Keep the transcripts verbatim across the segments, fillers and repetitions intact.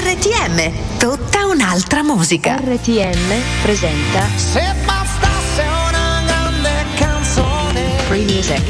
R T M, tutta un'altra musica. R T M presenta Se bastasse una grande canzone. Free Music.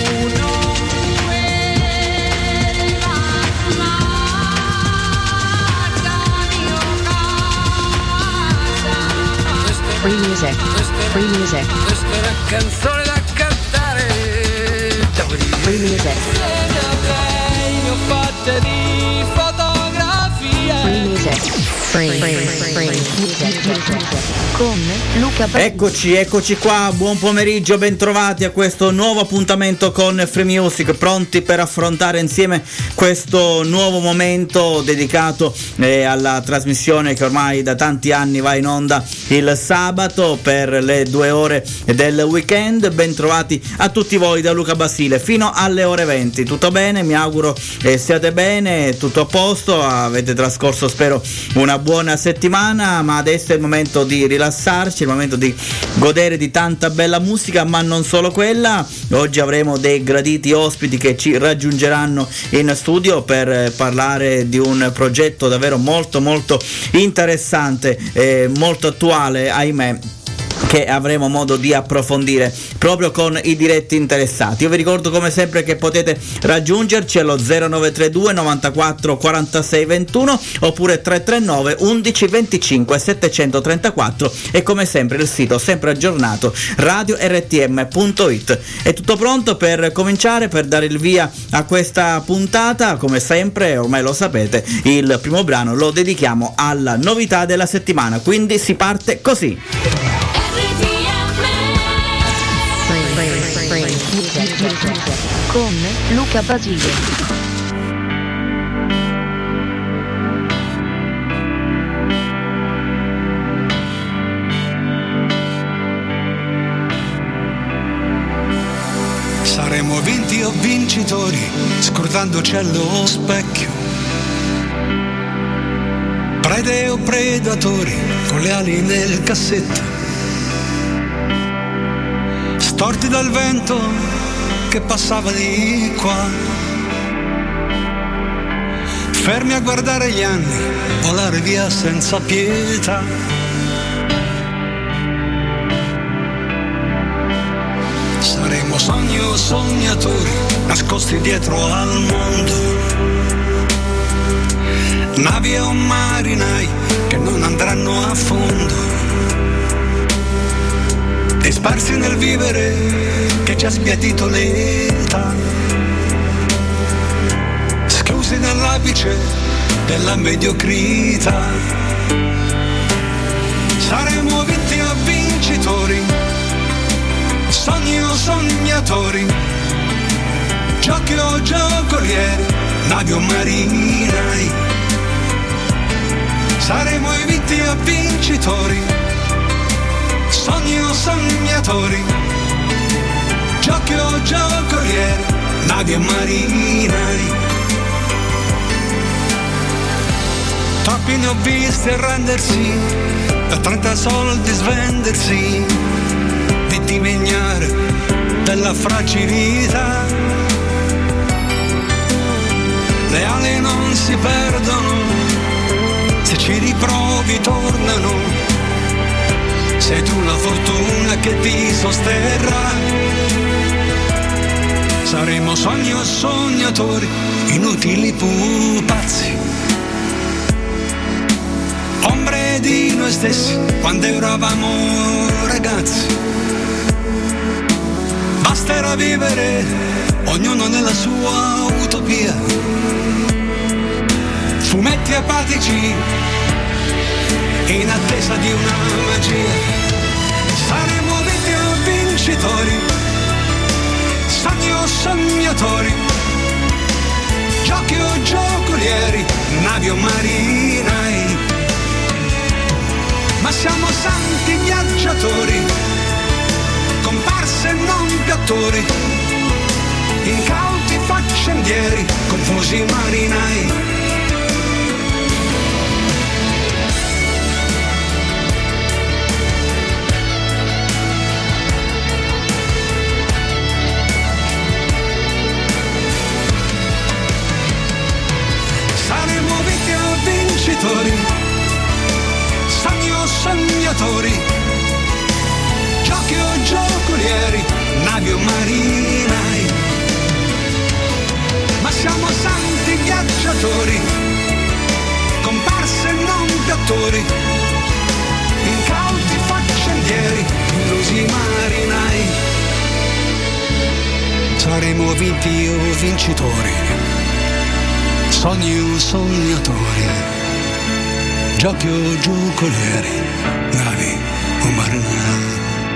Free Music. Free Music. Questa è una canzone da cantare. Free Music. Ne ho fatte di fotografie. Free Music. Free, free, free, music. Con Luca Basile. Eccoci, eccoci qua, buon pomeriggio, bentrovati a questo nuovo appuntamento con Free Music, pronti per affrontare insieme questo nuovo momento dedicato eh, alla trasmissione che ormai da tanti anni va in onda il sabato per le due ore del weekend. Bentrovati a tutti voi da Luca Basile fino alle ore venti. Tutto bene? Mi auguro eh, siate bene, tutto a posto, avete trascorso spero una buona settimana, ma adesso è il momento di rilassarci, è il momento di godere di tanta bella musica, ma non solo quella. Oggi avremo dei graditi ospiti che ci raggiungeranno in studio per parlare di un progetto davvero molto molto interessante, eh, molto attuale, ahimè, che avremo modo di approfondire proprio con i diretti interessati. Io vi ricordo come sempre che potete raggiungerci allo zero nove tre due novantaquattro quarantasei ventuno oppure tre tre nove undici venticinque settecentotrentaquattro e come sempre il sito sempre aggiornato radio R T M punto it. È tutto pronto per cominciare, per dare il via a questa puntata. Come sempre, ormai lo sapete, il primo brano lo dedichiamo alla novità della settimana, quindi si parte così. Con Luca Basile. Saremo vinti o vincitori, scordandoci allo specchio. Prede o predatori, con le ali nel cassetto. Storti dal vento che passava di qua, fermi a guardare gli anni volare via senza pietà. Saremo sogni o sognatori nascosti dietro al mondo, navi o marinai che non andranno a fondo, e sparsi nel vivere che ci ha sbiadito l'età, schiusi nell'apice della mediocrità. Saremo vinti o vincitori, sogni o sognatori, giochi o giocolieri, navi o marinai. Saremo i vinti o vincitori, sogni o sognatori, giochi o giocolieri, navi e marinai. Troppi ne ho visti arrendersi, da trenta soldi svendersi, di dimegnare della fragilità. Le ali non si perdono, se ci riprovi tornano. Sei tu la fortuna che ti sosterrà. Saremo sogni o sognatori, inutili pupazzi, ombre di noi stessi quando eravamo ragazzi. Basterà vivere, ognuno nella sua utopia, fumetti apatici in attesa di una magia. Saremo vinti o vincitori, sogni o sognatori, giochi o giocolieri, navi o marinai. Ma siamo santi viaggiatori, comparse e non più attori, incauti faccendieri, confusi marinai. lettori, incauti faccendieri, illusi marinai. Saremo vinti o vincitori, sogni o sognatori, giochi o giocolieri, navi o marinai.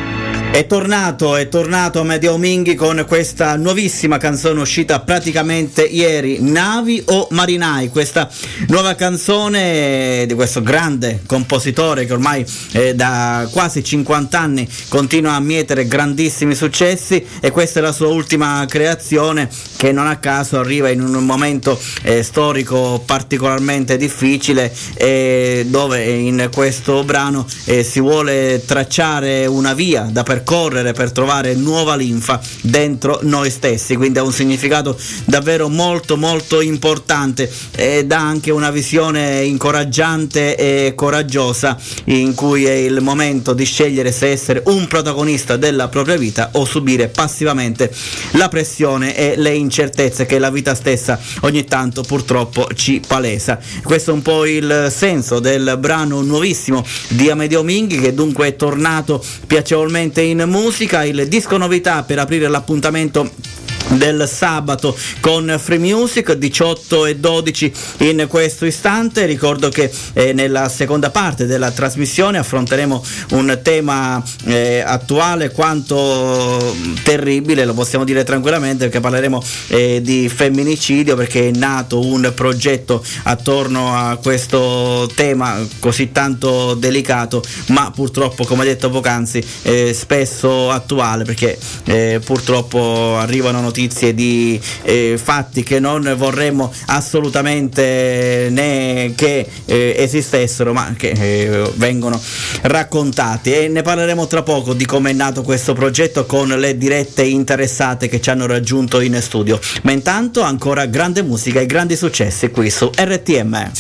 È tornato, è tornato Amedeo Minghi con questa nuovissima canzone uscita praticamente ieri, Navi o Marinai, questa nuova canzone di questo grande compositore che ormai eh, da quasi cinquanta anni continua a mietere grandissimi successi, e questa è la sua ultima creazione, che non a caso arriva in un momento eh, storico particolarmente difficile, eh, dove in questo brano eh, si vuole tracciare una via da percorrere correre per trovare nuova linfa dentro noi stessi, quindi ha un significato davvero molto molto importante e dà anche una visione incoraggiante e coraggiosa, in cui è il momento di scegliere se essere un protagonista della propria vita o subire passivamente la pressione e le incertezze che la vita stessa ogni tanto purtroppo ci palesa. Questo è un po' il senso del brano nuovissimo di Amedeo Minghi, che dunque è tornato piacevolmente in musica, il disco novità per aprire l'appuntamento del sabato con Free Music, diciotto e dodici in questo istante. Ricordo che eh, nella seconda parte della trasmissione affronteremo un tema eh, attuale quanto terribile, lo possiamo dire tranquillamente, perché parleremo eh, di femminicidio, perché è nato un progetto attorno a questo tema così tanto delicato, ma purtroppo, come detto poc'anzi, eh, spesso attuale, perché eh, purtroppo arrivano notizie di eh, fatti che non vorremmo assolutamente né che eh, esistessero, ma che eh, vengono raccontati, e ne parleremo tra poco di come è nato questo progetto con le dirette interessate che ci hanno raggiunto in studio. Ma intanto ancora grande musica e grandi successi qui su R T M.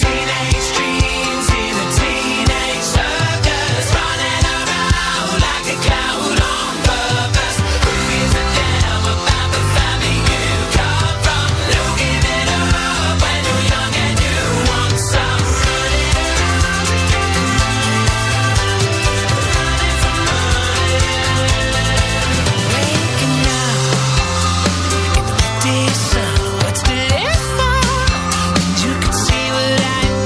Sun, what's the last one? You could see what I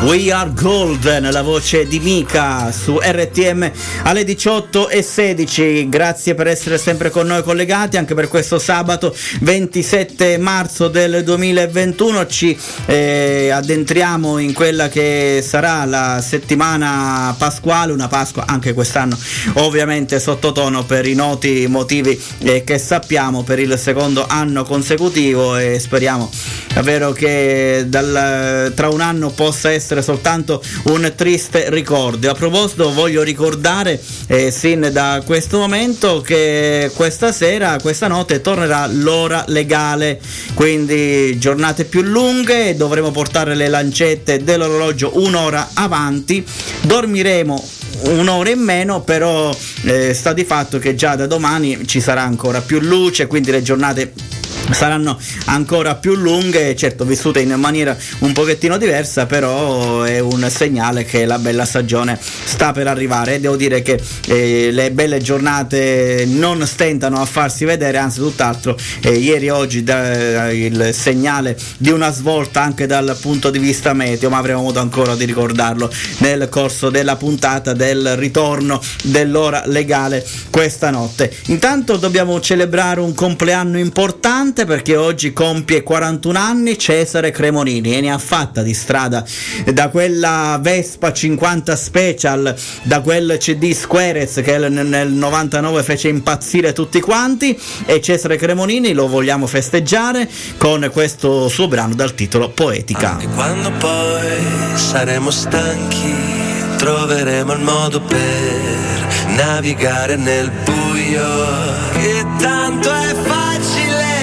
We Are Golden, la voce di Mika su R T M alle diciotto e sedici. Grazie per essere sempre con noi collegati anche per questo sabato ventisette marzo del duemilaventuno. Ci eh, addentriamo in quella che sarà la settimana pasquale, una Pasqua anche quest'anno ovviamente sottotono per i noti motivi eh, che sappiamo, per il secondo anno consecutivo, e speriamo davvero che dal, tra un anno possa essere soltanto un triste ricordo. A proposito, voglio ricordare eh, sin da questo momento che questa sera, questa notte tornerà l'ora legale, quindi giornate più lunghe, dovremo portare le lancette dell'orologio un'ora avanti, dormiremo un'ora in meno, però eh, sta di fatto che già da domani ci sarà ancora più luce, quindi le giornate saranno ancora più lunghe, certo vissute in maniera un pochettino diversa, però è un segnale che la bella stagione sta per arrivare, e devo dire che eh, le belle giornate non stentano a farsi vedere, anzi tutt'altro. eh, ieri e oggi da, eh, il segnale di una svolta anche dal punto di vista meteo, ma avremo modo ancora di ricordarlo nel corso della puntata del ritorno dell'ora legale questa notte. Intanto dobbiamo celebrare un compleanno importante, perché oggi compie quarantuno anni Cesare Cremonini, e ne ha fatta di strada, da quella Vespa cinquanta Special, da quel C D Squarez che nel novantanove fece impazzire tutti quanti, e Cesare Cremonini lo vogliamo festeggiare con questo suo brano dal titolo Poetica. Anche quando poi saremo stanchi, troveremo il modo per navigare nel buio, che tanto è facile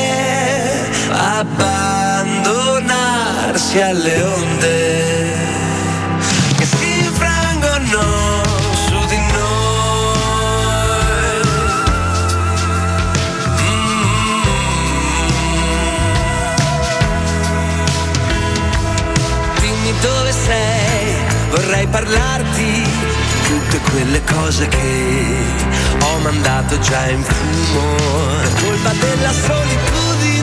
abbandonarsi alle onde che si infrangono su di noi. Mm-hmm. Dimmi dove sei, vorrei parlarti tutte quelle cose che ho mandato già in fumo. È colpa della solitudine,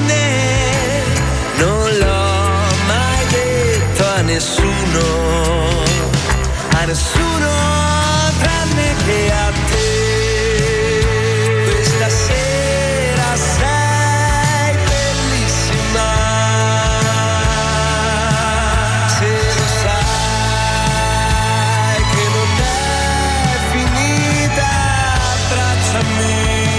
non l'ho mai detto a nessuno, a nessuno tranne che a te. Questa sera sei bellissima, se lo sai che non è finita, abbracciami.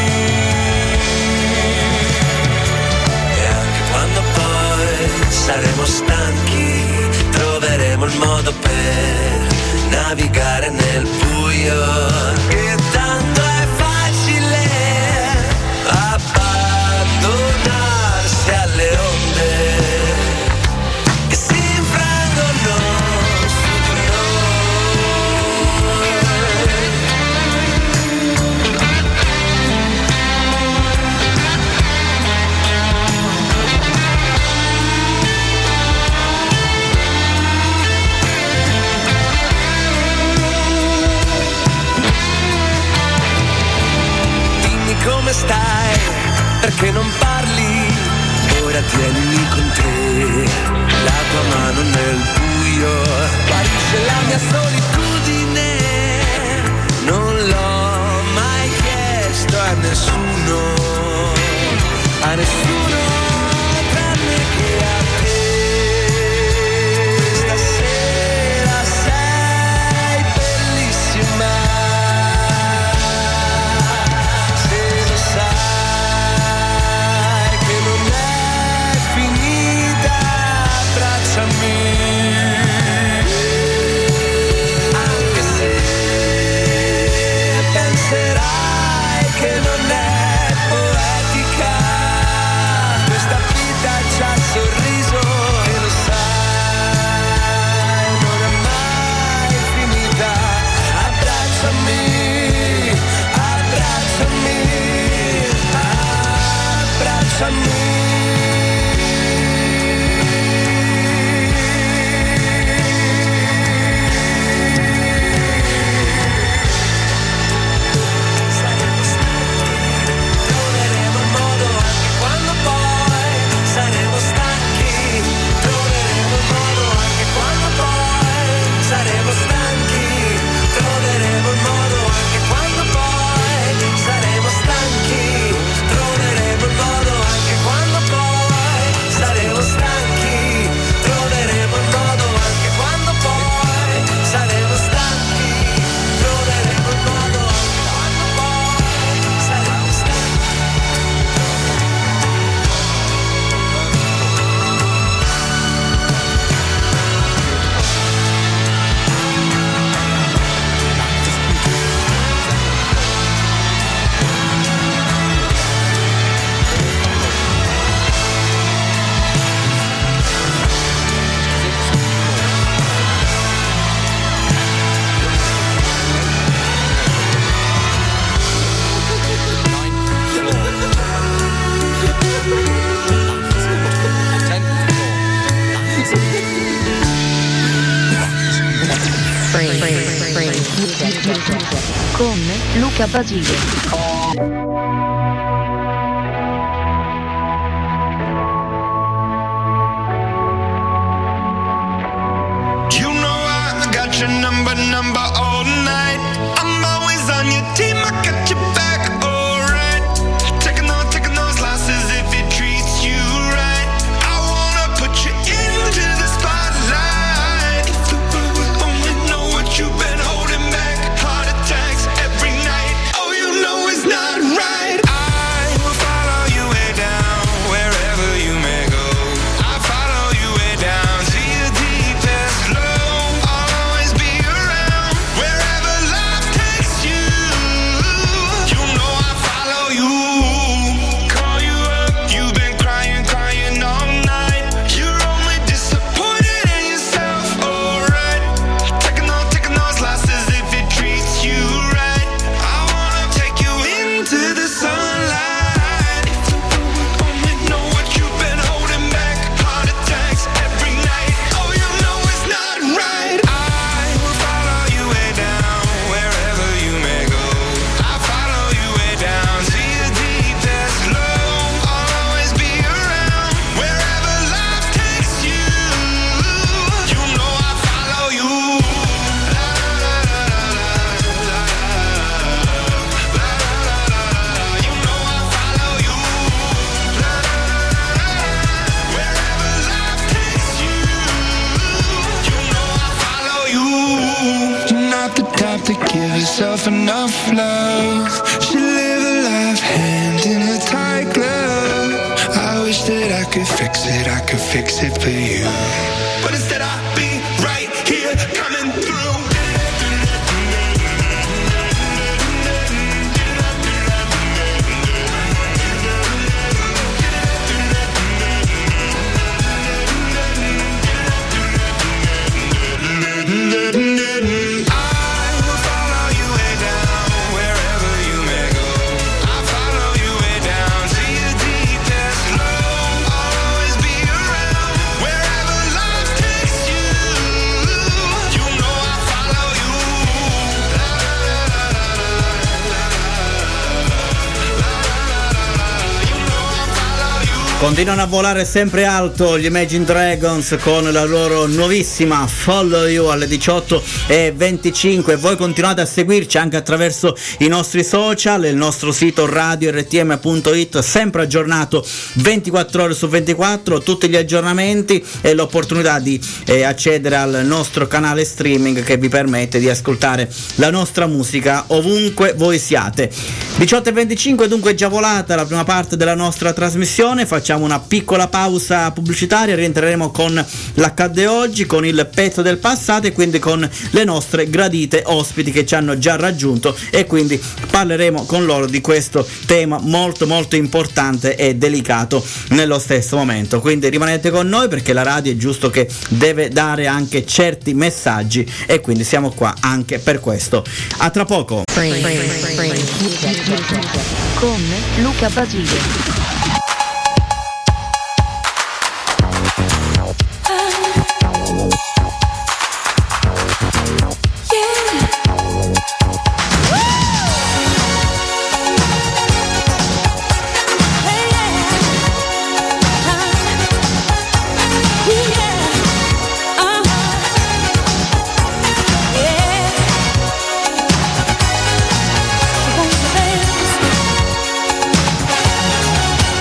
Saremo stanchi, troveremo il modo per navigare nel buio, che tanto è facile abbandonarsi alle onde che si infrangono su di come stai? Perché non parli? Ora tienimi con te, la tua mano nel buio, guarisce la mia solitudine. Non l'ho mai chiesto a nessuno, a nessuno tranne che a te. Questa sera sei bellissima, anche se penserai che non è poetica, questa vita c'ha sorriso e lo sai, non è mai finita. Abbracciami, abbracciami, abbracciami. con Luca Basile. Your number, number all night. I'm always on your team. I got your back, alright. Taking those, taking those losses if it treats you right. I wanna put you into the spotlight. If the world would only know what you've been holding back. Heart attacks every night. Oh, you know it's not right. I will follow you way down, wherever you may go. I follow you way down to your deepest low. To give yourself enough love, should live a life hand in a tight glove. I wish that I could fix it, I could fix it for you, but instead I'll be right here coming through. Continuano a volare sempre alto gli Imagine Dragons con la loro nuovissima Follow You alle diciotto e venticinque. Voi continuate a seguirci anche attraverso i nostri social, il nostro sito radio erre ti emme punto it, sempre aggiornato ventiquattro ore su ventiquattro, tutti gli aggiornamenti e l'opportunità di eh, accedere al nostro canale streaming che vi permette di ascoltare la nostra musica ovunque voi siate. diciotto e venticinque, dunque, già volata la prima parte della nostra trasmissione. Facciamo una piccola pausa pubblicitaria, rientreremo con l'accadde oggi, con il pezzo del passato e quindi con le nostre gradite ospiti che ci hanno già raggiunto, e quindi parleremo con loro di questo tema molto molto importante e delicato nello stesso momento. Quindi rimanete con noi, perché la radio è giusto che deve dare anche certi messaggi e quindi siamo qua anche per questo. A tra poco. Con Luca Basile. Yeah.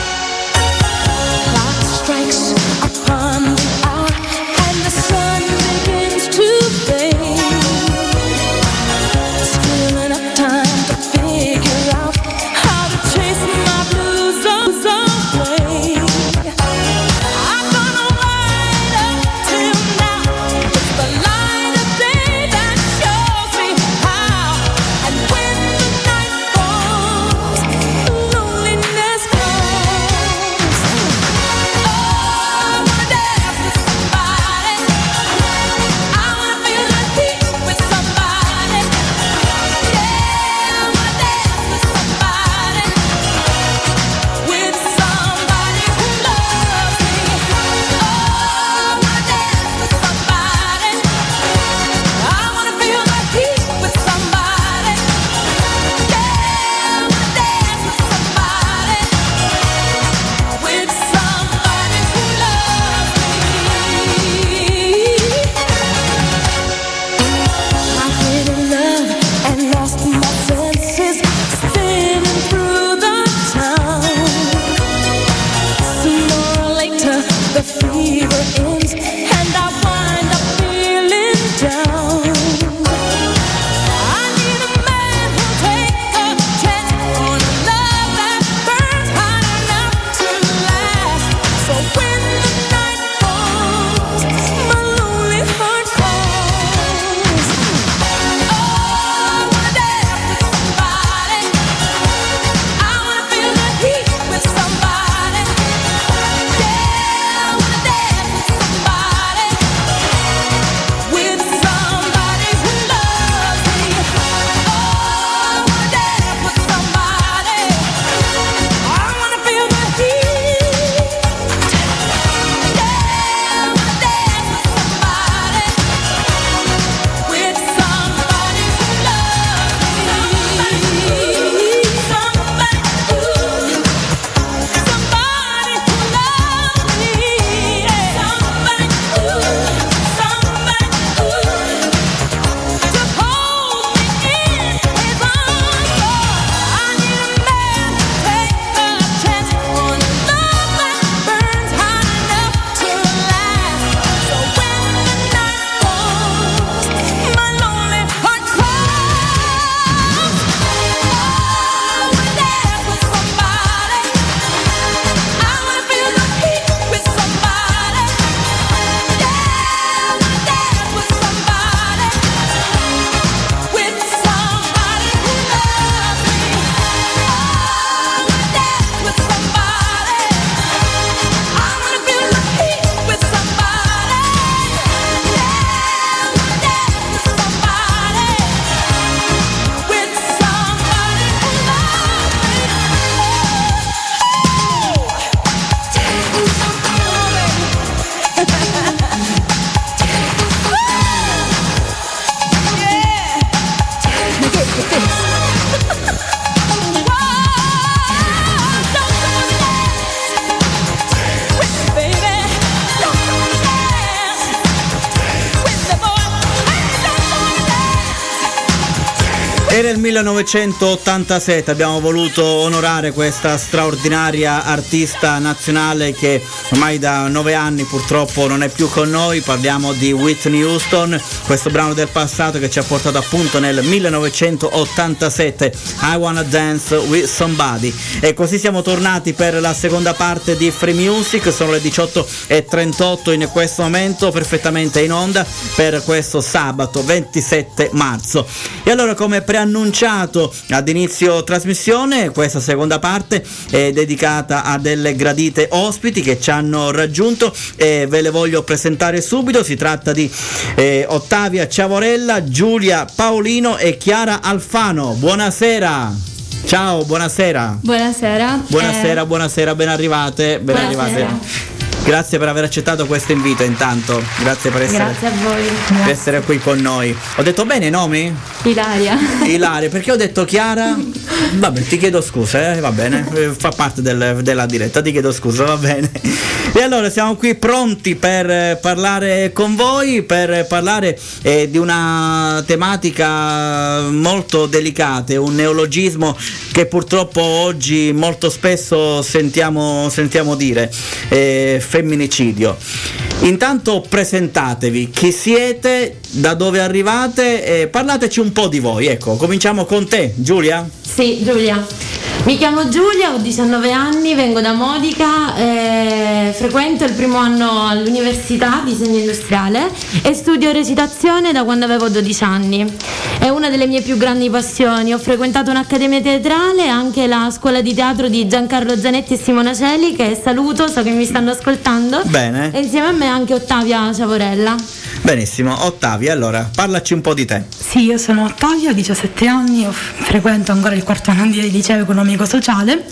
Era il millenovecentottantasette, abbiamo voluto onorare questa straordinaria artista nazionale che ormai da nove anni purtroppo non è più con noi. Parliamo di Whitney Houston, questo brano del passato che ci ha portato appunto nel millenovecentottantasette, I Wanna Dance With Somebody. E così siamo tornati per la seconda parte di Free Music, sono le diciotto e trentotto in questo momento, perfettamente in onda per questo sabato ventisette marzo. E allora, come preannunciato ad inizio trasmissione, questa seconda parte è dedicata a delle gradite ospiti che ci hanno raggiunto e ve le voglio presentare subito. Si tratta di eh, Ottavia Ciavorella, Giulia Paolino e Chiara Alfano. Buonasera. Ciao, buonasera. Buonasera. Buonasera, eh... buonasera, ben arrivate. Ben buonasera. arrivate. Grazie per aver accettato questo invito intanto, grazie per essere, grazie a voi. Per Grazie. essere qui con noi. Ho detto bene i nomi? Ilaria. Ilaria, perché ho detto Chiara? Vabbè, ti chiedo scusa, eh? Va bene, fa parte del, della diretta, ti chiedo scusa, va bene. E allora siamo qui pronti per parlare con voi, per parlare eh, di una tematica molto delicata, un neologismo che purtroppo oggi molto spesso sentiamo, sentiamo dire, eh, femminicidio. Intanto presentatevi, chi siete, da dove arrivate e parlateci un po' di voi. Ecco, cominciamo con te, Giulia. Sì, Giulia. Mi chiamo Giulia, ho diciannove anni, vengo da Modica, eh, frequento il primo anno all'università disegno industriale e studio recitazione da quando avevo dodici anni. È una delle mie più grandi passioni. Ho frequentato un'accademia teatrale e anche la scuola di teatro di Giancarlo Zanetti e Simona Celi, che saluto, so che mi stanno ascoltando. Bene. E insieme a me anche Ottavia Ciavorella. Benissimo, Ottavia, allora parlaci un po' di te. Sì, io sono Ottavia, ho diciassette anni, ho, frequento ancora il quarto anno di liceo economico-sociale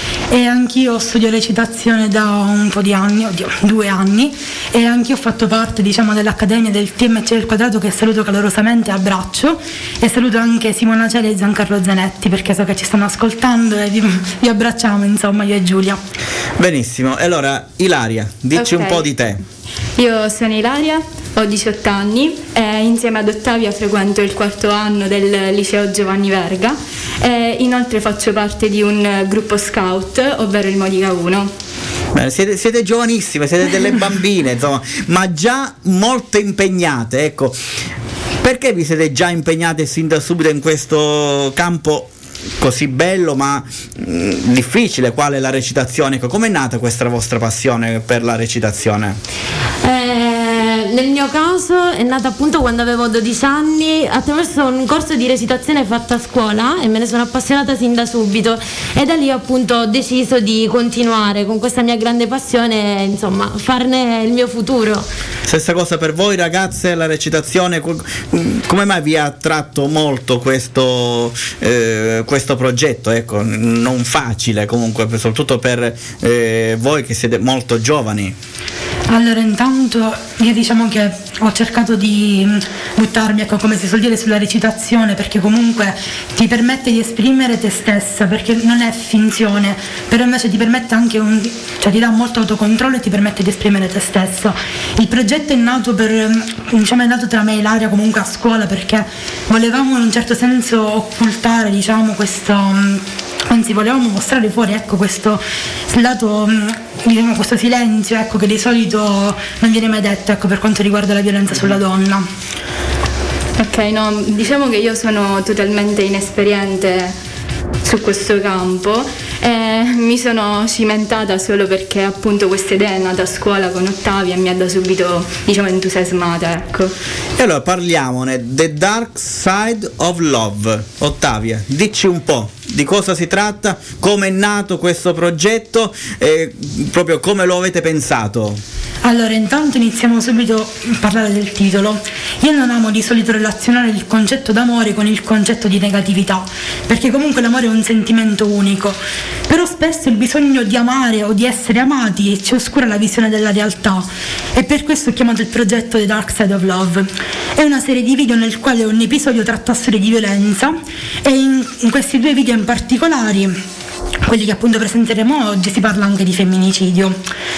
e anch'io studio recitazione da un po' di anni, oddio, due anni, e anch'io ho fatto parte, diciamo, dell'accademia del T M C del Quadrato, che saluto calorosamente e abbraccio, e saluto anche Simona Celi e Giancarlo Zanetti perché so che ci stanno ascoltando e vi, vi abbracciamo, insomma, io e Giulia. Benissimo, e allora Ilaria, dici Okay. un po' di te. Io sono Ilaria, ho diciotto anni e insieme ad Ottavia frequento il quarto anno del liceo Giovanni Verga e inoltre faccio parte di un gruppo scout, ovvero il Modica uno. Beh, siete, siete giovanissime, siete delle bambine, insomma, ma già molto impegnate, ecco. Perché vi siete già impegnate sin da subito in questo campo così bello ma mh, difficile, quale la recitazione? Come è nata questa vostra passione per la recitazione? Eh, nel mio caso è nata appunto quando avevo dodici anni attraverso un corso di recitazione fatto a scuola e me ne sono appassionata sin da subito e da lì appunto ho deciso di continuare con questa mia grande passione, insomma, farne il mio futuro. Stessa cosa per voi ragazze, la recitazione, come mai vi ha attratto molto questo, eh, questo progetto, ecco, non facile comunque, soprattutto per eh, voi che siete molto giovani? Allora, intanto io diciamo che ho cercato di buttarmi, ecco, come si suol dire, sulla recitazione, perché comunque ti permette di esprimere te stessa, perché non è finzione, però invece ti permette anche un, cioè ti dà molto autocontrollo e ti permette di esprimere te stesso. Il progetto è nato per, diciamo, è nato tra me e Ilaria comunque a scuola, perché volevamo in un certo senso occultare, diciamo, questo, anzi volevamo mostrare fuori, ecco, questo lato, diciamo, questo silenzio, ecco, che di solito non viene mai detto, ecco, per quanto riguarda la violenza sulla donna. Ok, no, diciamo che io sono totalmente inesperiente su questo campo e mi sono cimentata solo perché appunto questa idea è nata a scuola con Ottavia e mi ha da subito, diciamo, entusiasmata, ecco. E allora parliamone, The Dark Side of Love. Ottavia, dici un po' di cosa si tratta, come è nato questo progetto e proprio come lo avete pensato. Allora, intanto iniziamo subito a parlare del titolo. Io non amo di solito relazionare il concetto d'amore con il concetto di negatività, perché comunque l'amore è un sentimento unico, però spesso il bisogno di amare o di essere amati ci oscura la visione della realtà e per questo ho chiamato il progetto The Dark Side of Love. È una serie di video nel quale ogni episodio tratta storie di violenza e in, in questi due video in particolari, quelli che appunto presenteremo oggi, si parla anche di femminicidio.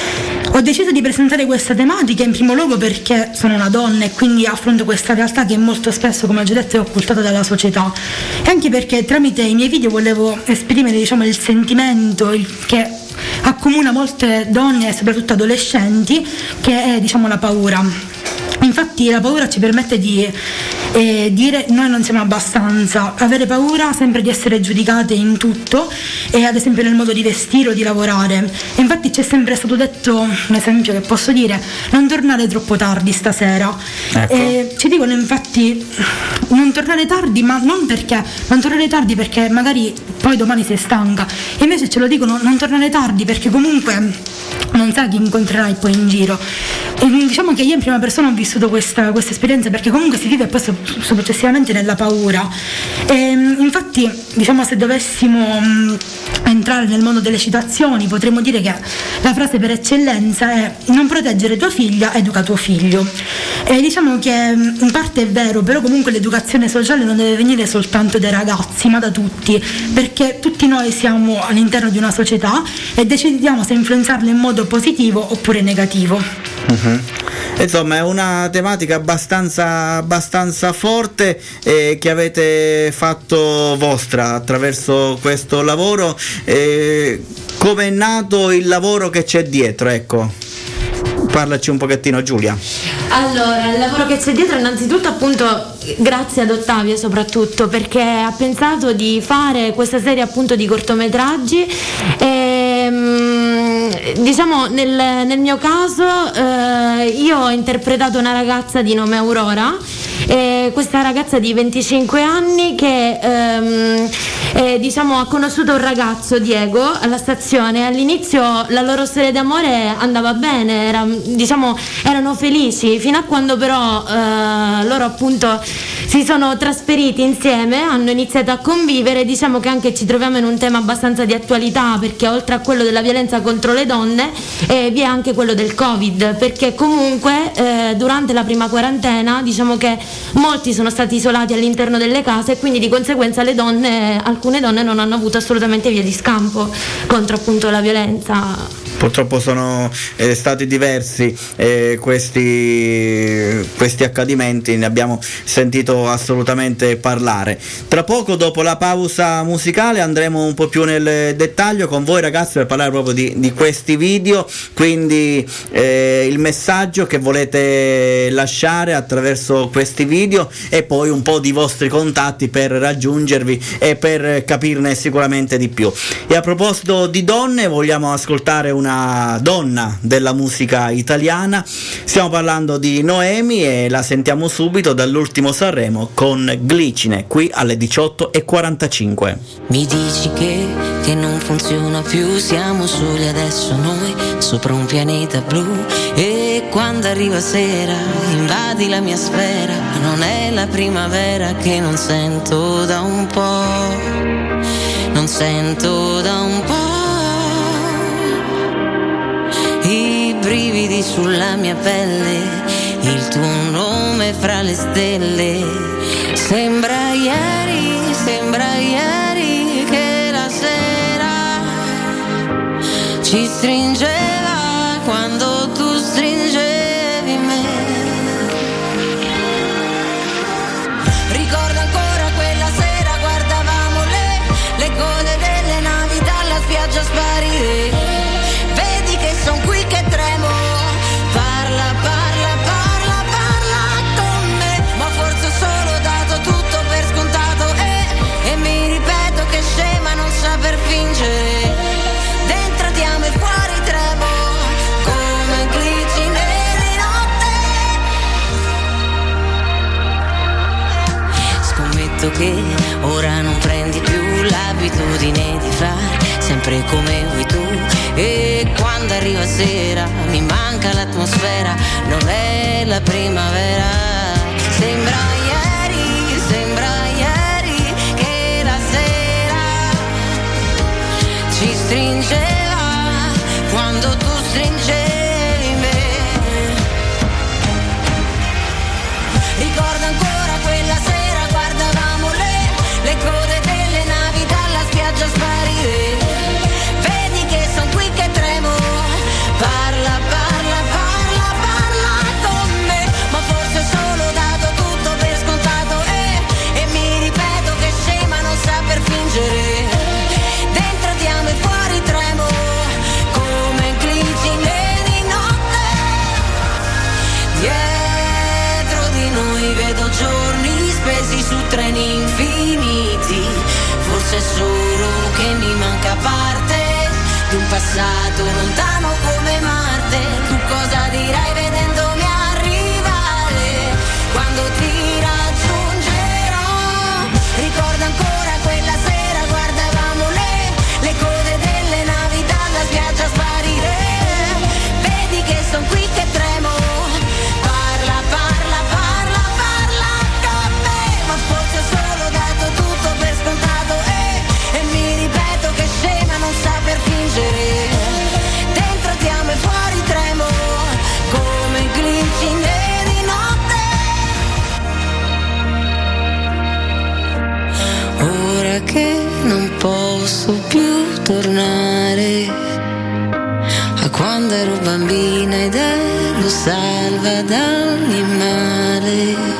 ho deciso di presentare questa tematica in primo luogo perché sono una donna e quindi affronto questa realtà che molto spesso, come ho già detto, è occultata dalla società, e anche perché tramite i miei video volevo esprimere, diciamo, il sentimento il, che accomuna molte donne e soprattutto adolescenti, che è, diciamo, la paura. Infatti la paura ci permette di eh, dire noi non siamo abbastanza, avere paura sempre di essere giudicate in tutto, e ad esempio nel modo di vestire o di lavorare. E infatti c'è sempre stato detto, un esempio che posso dire, non tornare troppo tardi stasera. Ecco. E ci dicono infatti non tornare tardi, ma non perché non tornare tardi perché magari poi domani sei stanca, e invece ce lo dicono non tornare tardi perché comunque non sai chi incontrerai poi in giro. E diciamo che io in prima persona ho vissuto questa, questa esperienza, perché comunque si vive poi successivamente nella paura. E infatti, diciamo, se dovessimo mh, entrare nel mondo delle citazioni, potremmo dire che la frase per eccellenza è: non proteggere tua figlia, educa tuo figlio. E diciamo che in parte è vero, però comunque l'educazione sociale non deve venire soltanto dai ragazzi, ma da tutti, perché tutti noi siamo all'interno di una società e decidiamo se influenzarla in modo positivo oppure negativo. Uh-huh. Insomma, è una tematica abbastanza, abbastanza forte eh, che avete fatto vostra attraverso questo lavoro. Eh, come è nato il lavoro che c'è dietro? Ecco, parlaci un pochettino, Giulia. Allora, il lavoro che c'è dietro, innanzitutto appunto grazie ad Ottavia soprattutto, perché ha pensato di fare questa serie appunto di cortometraggi e, diciamo nel, nel mio caso eh, io ho interpretato una ragazza di nome Aurora, e questa ragazza di venticinque anni che ehm, eh, diciamo ha conosciuto un ragazzo, Diego, alla stazione. All'inizio la loro storia d'amore andava bene, era, diciamo erano felici, fino a quando però eh, loro appunto si sono trasferiti insieme, hanno iniziato a convivere. Diciamo che anche ci troviamo in un tema abbastanza di attualità, perché oltre a quello della violenza contro le donne eh, vi è anche quello del Covid, perché comunque eh, durante la prima quarantena diciamo che molti sono stati isolati all'interno delle case, e quindi di conseguenza le donne, alcune donne non hanno avuto assolutamente via di scampo contro appunto la violenza. Purtroppo sono eh, stati diversi eh, questi, questi accadimenti, ne abbiamo sentito assolutamente parlare. Tra poco, dopo la pausa musicale, andremo un po' più nel dettaglio con voi ragazzi per parlare proprio di, di questi video, quindi eh, il messaggio che volete lasciare attraverso questi video, e poi un po' di vostri contatti per raggiungervi e per capirne sicuramente di più. E a proposito di donne, vogliamo ascoltare una una donna della musica italiana. Stiamo parlando di Noemi e la sentiamo subito dall'ultimo Sanremo con Glicine, qui alle diciotto e quarantacinque. Mi dici che, che non funziona più, siamo soli adesso noi sopra un pianeta blu, e quando arriva sera invadi la mia sfera, non è la primavera che non sento da un po', non sento da un po'. I brividi sulla mia pelle, il tuo nome fra le stelle. Sembra ieri, sembra ieri che la sera ci stringeva quando tu stringevi me. Ricordo ancora quella sera, guardavamo le, le code delle navi dalla spiaggia sparire. Son qui che tremo, parla, parla, parla, parla con me, ma forse ho solo dato tutto per scontato e, e mi ripeto che scema non saper fingere, dentro ti amo e fuori tremo, come glicine di notte. Scommetto che ora non prendi più l'abitudine di fare sempre come vuoi tu, e quando arriva sera mi manca l'atmosfera, non è la primavera. Sembra ieri, sembra ieri che la sera ci stringeva quando tu stringevi me. Ricordo ancora quella sera, guardavamo le, le code delle navi dalla spiaggia sparire. Parla, parla. c'è solo che mi manca parte di un passato lontano come Marte. Tu cosa dirai vedendomi arrivare quando ti raggiungerò? Ricordo ancora quella sera, guardavamo le, le code delle navi dalla spiaggia sparire. Vedi che son qui che tremo. Parla, parla, parla, parla con me. Ma forse ho solo dato tutto per scontato e, e mi ripeto che scema non saper fingere. Dentro ti amo e fuori tremo come glinci neri notte. Ora che non posso più tornare a quando ero bambina ed ero salva da ogni male.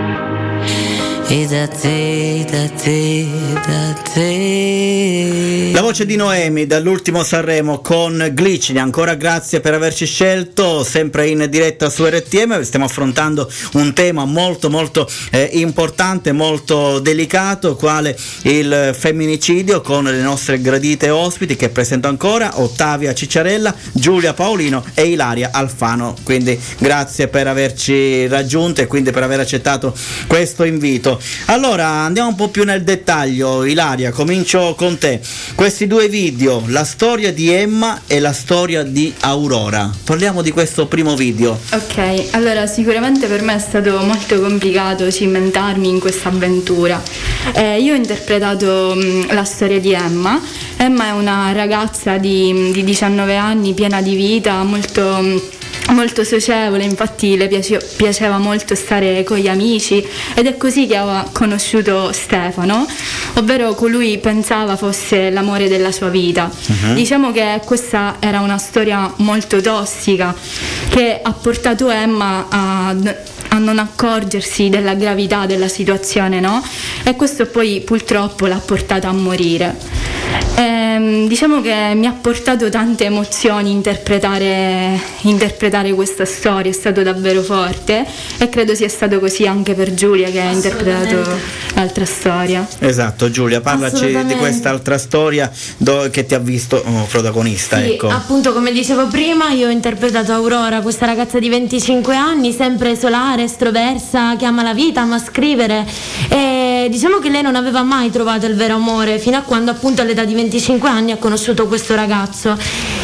E da te, da te, da te. La voce di Noemi dall'ultimo Sanremo con Glicini. Ancora grazie per averci scelto, sempre in diretta su R T M. Stiamo affrontando un tema molto molto eh, importante, molto delicato, quale il femminicidio, con le nostre gradite ospiti che presento ancora: Ottavia Cicciarella, Giulia Paolino e Ilaria Alfano. Quindi grazie per averci raggiunto e quindi per aver accettato questo invito. Allora andiamo un po' più nel dettaglio. Ilaria, comincio con te. Questi due video, la storia di Emma e la storia di Aurora, parliamo di questo primo video. Ok, allora sicuramente per me è stato molto complicato cimentarmi in questa avventura. Eh, io ho interpretato mh, la storia di Emma. Emma è una ragazza di, di diciannove anni, piena di vita, molto... Mh, molto socievole, infatti le piace, piaceva molto stare con gli amici ed è così che aveva conosciuto Stefano, ovvero colui pensava fosse l'amore della sua vita. Uh-huh. Diciamo che questa era una storia molto tossica che ha portato Emma a a non accorgersi della gravità della situazione, no? E questo poi purtroppo l'ha portata a morire. Ehm, diciamo che mi ha portato tante emozioni interpretare, interpretare questa storia, è stato davvero forte e credo sia stato così anche per Giulia che ha interpretato l'altra storia. Esatto, Giulia, parlaci di quest'altra storia do- che ti ha visto oh, protagonista. Sì, ecco. Appunto, come dicevo prima, io ho interpretato Aurora, questa ragazza di venticinque anni, sempre solare, estroversa, che ama la vita, ama scrivere, e diciamo che lei non aveva mai trovato il vero amore fino a quando appunto all'età di venticinque anni ha conosciuto questo ragazzo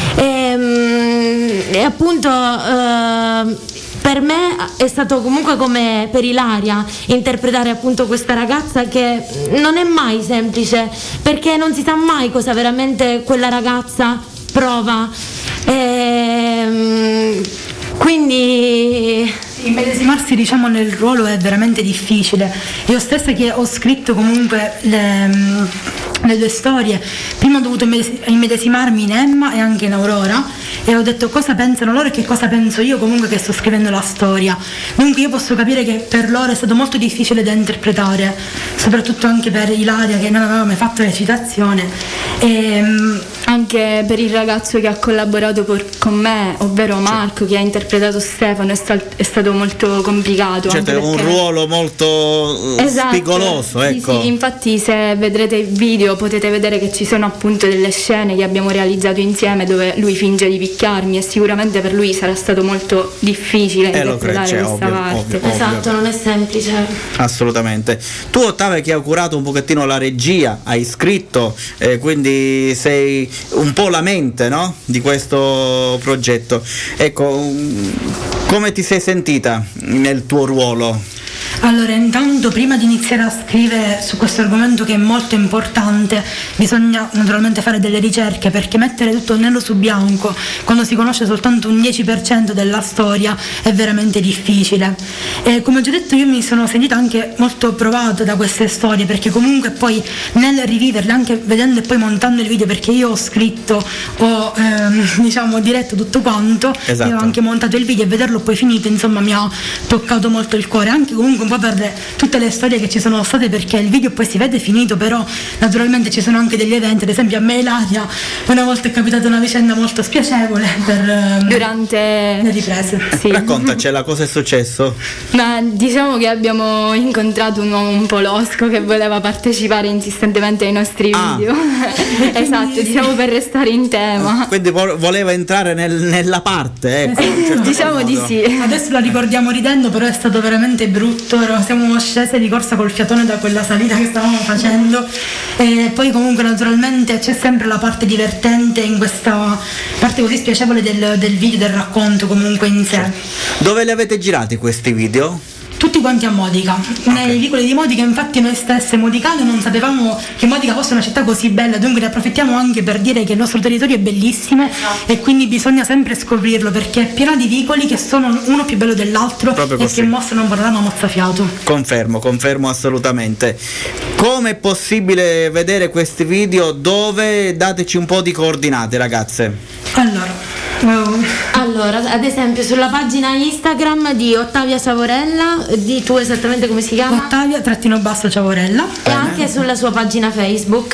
e, e appunto eh, per me è stato comunque come per Ilaria interpretare appunto questa ragazza, che non è mai semplice perché non si sa mai cosa veramente quella ragazza prova e, quindi immedesimarsi diciamo nel ruolo è veramente difficile. Io stessa che ho scritto comunque le, le due storie, prima ho dovuto immedesimarmi in Emma e anche in Aurora e ho detto cosa pensano loro e che cosa penso io comunque che sto scrivendo la storia. Dunque io posso capire che per loro è stato molto difficile da interpretare, soprattutto anche per Ilaria che non aveva mai fatto recitazione e anche per il ragazzo che ha collaborato por- con me, ovvero Marco, che ha interpretato Stefano, è, sta- è stato molto complicato. Certo, è un perché... ruolo molto esatto, spigoloso, ecco. Sì, sì, infatti se vedrete il video potete vedere che ci sono appunto delle scene che abbiamo realizzato insieme dove lui finge di picchiarmi e sicuramente per lui sarà stato molto difficile eh, interpretare cioè, questa ovvio, parte. ovvio, esatto, ovvio. Non è semplice. Assolutamente. Tu, Ottavia, che hai curato un pochettino la regia, hai scritto, eh, quindi sei un po' la mente, no? Di questo progetto. Ecco, come ti sei sentita nel tuo ruolo? Allora, intanto prima di iniziare a scrivere su questo argomento che è molto importante bisogna naturalmente fare delle ricerche, perché mettere tutto nero su bianco quando si conosce soltanto un dieci per cento della storia è veramente difficile. E come ho già detto, io mi sono sentita anche molto provata da queste storie, perché comunque poi nel riviverle, anche vedendo e poi montando il video, perché io ho scritto, ho ehm, diciamo diretto tutto quanto, esatto. Io ho anche montato il video e vederlo poi finito insomma mi ha toccato molto il cuore, anche comunque un po' per tutte le storie che ci sono state, perché il video poi si vede finito, però naturalmente ci sono anche degli eventi. Ad esempio a me, Ilaria, una volta è capitata una vicenda molto spiacevole per durante le riprese. Sì. Raccontacela, cosa è successo? Ma diciamo che abbiamo incontrato un uomo un po' losco che voleva partecipare insistentemente ai nostri Ah. video. Esatto, diciamo per restare in tema. Quindi vo- voleva entrare nel- nella parte, ecco. in un certo Diciamo di modo. sì. Adesso la ricordiamo ridendo, però è stato veramente brutto. Siamo scese di corsa col fiatone da quella salita che stavamo facendo, e poi comunque naturalmente c'è sempre la parte divertente in questa parte così spiacevole del, del video, del racconto comunque in sé. Dove li avete girati questi video? Tutti quanti a Modica, nei vicoli di Modica. Infatti noi stesse modicane non sapevamo che Modica fosse una città così bella, dunque ne approfittiamo anche per dire che il nostro territorio è bellissimo e quindi bisogna sempre scoprirlo, perché è pieno di vicoli che sono uno più bello dell'altro Proprio e così. che mostrano un panorama mozzafiato. Confermo, confermo assolutamente. Come è possibile vedere questi video? Dove? Dateci un po' di coordinate, ragazze. Allora, Allora, ad esempio sulla pagina Instagram di Ottavia Ciavorella, di tu esattamente come si chiama? Ottavia trattino basso Ciavorella, E anche sulla sua pagina Facebook.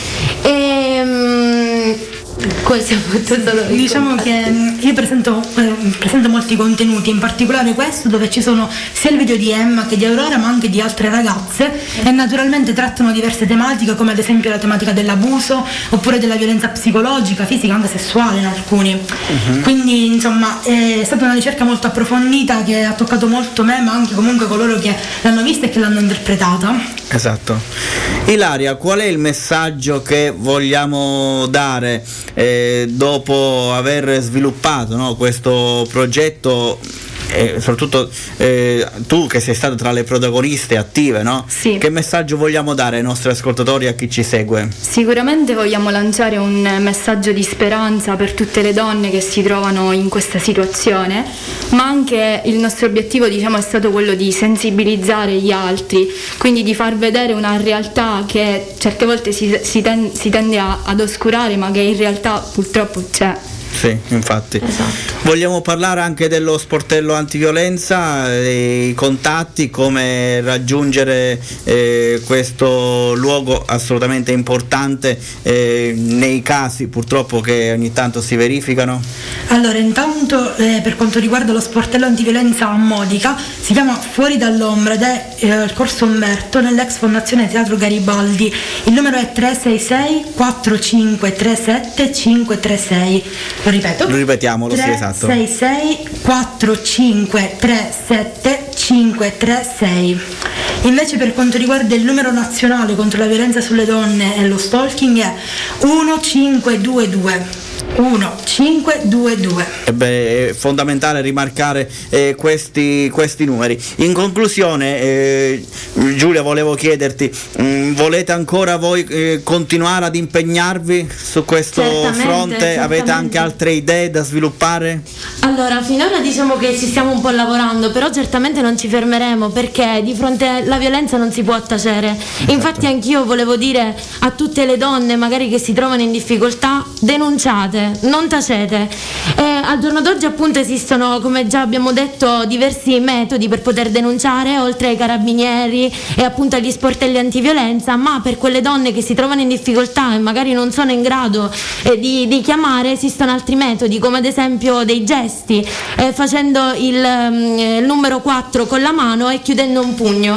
E mm, questo è tutto stato- diciamo che mm, io presento, eh, presento molti contenuti, in particolare questo dove ci sono sia il video di Emma che di Aurora, ma anche di altre ragazze, e naturalmente trattano diverse tematiche, come ad esempio la tematica dell'abuso oppure della violenza psicologica, fisica, anche sessuale in alcuni. Quindi insomma è stata una ricerca molto approfondita che ha toccato molto me, ma anche comunque coloro che l'hanno vista e che l'hanno interpretata. Esatto. Ilaria, qual è il messaggio che vogliamo dare eh, dopo aver sviluppato, no, questo progetto? E soprattutto eh, tu che sei stata tra le protagoniste attive, no? Sì. Che messaggio vogliamo dare ai nostri ascoltatori e a chi ci segue? Sicuramente vogliamo lanciare un messaggio di speranza per tutte le donne che si trovano in questa situazione, ma anche il nostro obiettivo, diciamo, è stato quello di sensibilizzare gli altri, quindi di far vedere una realtà che certe volte si, si, ten, si tende a, ad oscurare, ma che in realtà purtroppo c'è. Sì, infatti. Esatto. Vogliamo parlare anche dello sportello antiviolenza, eh, i contatti, come raggiungere eh, questo luogo assolutamente importante eh, nei casi purtroppo che ogni tanto si verificano? Allora, intanto eh, per quanto riguarda lo sportello antiviolenza a Modica, si chiama Fuori dall'ombra ed è eh, il corso Umberto nell'ex Fondazione Teatro Garibaldi. Il numero è tre sei sei quattro cinque tre sette cinque tre sei. Lo ripeto? Lo ripetiamolo, sì, esatto. tre sei sei quattro cinque tre sette cinque tre sei. Invece per quanto riguarda il numero nazionale contro la violenza sulle donne e lo stalking è uno cinque due due. uno cinque due due. E beh, è fondamentale rimarcare eh, questi, questi numeri. In conclusione, eh, Giulia, volevo chiederti, mh, volete ancora voi eh, continuare ad impegnarvi su questo Certamente, fronte? certamente. Avete anche altre idee da sviluppare? Allora, finora diciamo che ci stiamo un po' lavorando, però certamente non ci fermeremo, perché di fronte alla violenza non si può tacere. Infatti anch'io volevo dire a tutte le donne magari che si trovano in difficoltà: denunciate, non tacete. E al giorno d'oggi appunto esistono, come già abbiamo detto, diversi metodi per poter denunciare, oltre ai carabinieri e appunto agli sportelli antiviolenza, ma per quelle donne che si trovano in difficoltà e magari non sono in grado eh, di, di chiamare, esistono altri metodi, come ad esempio dei gesti, eh, facendo il, mm, il numero quattro con la mano e chiudendo un pugno.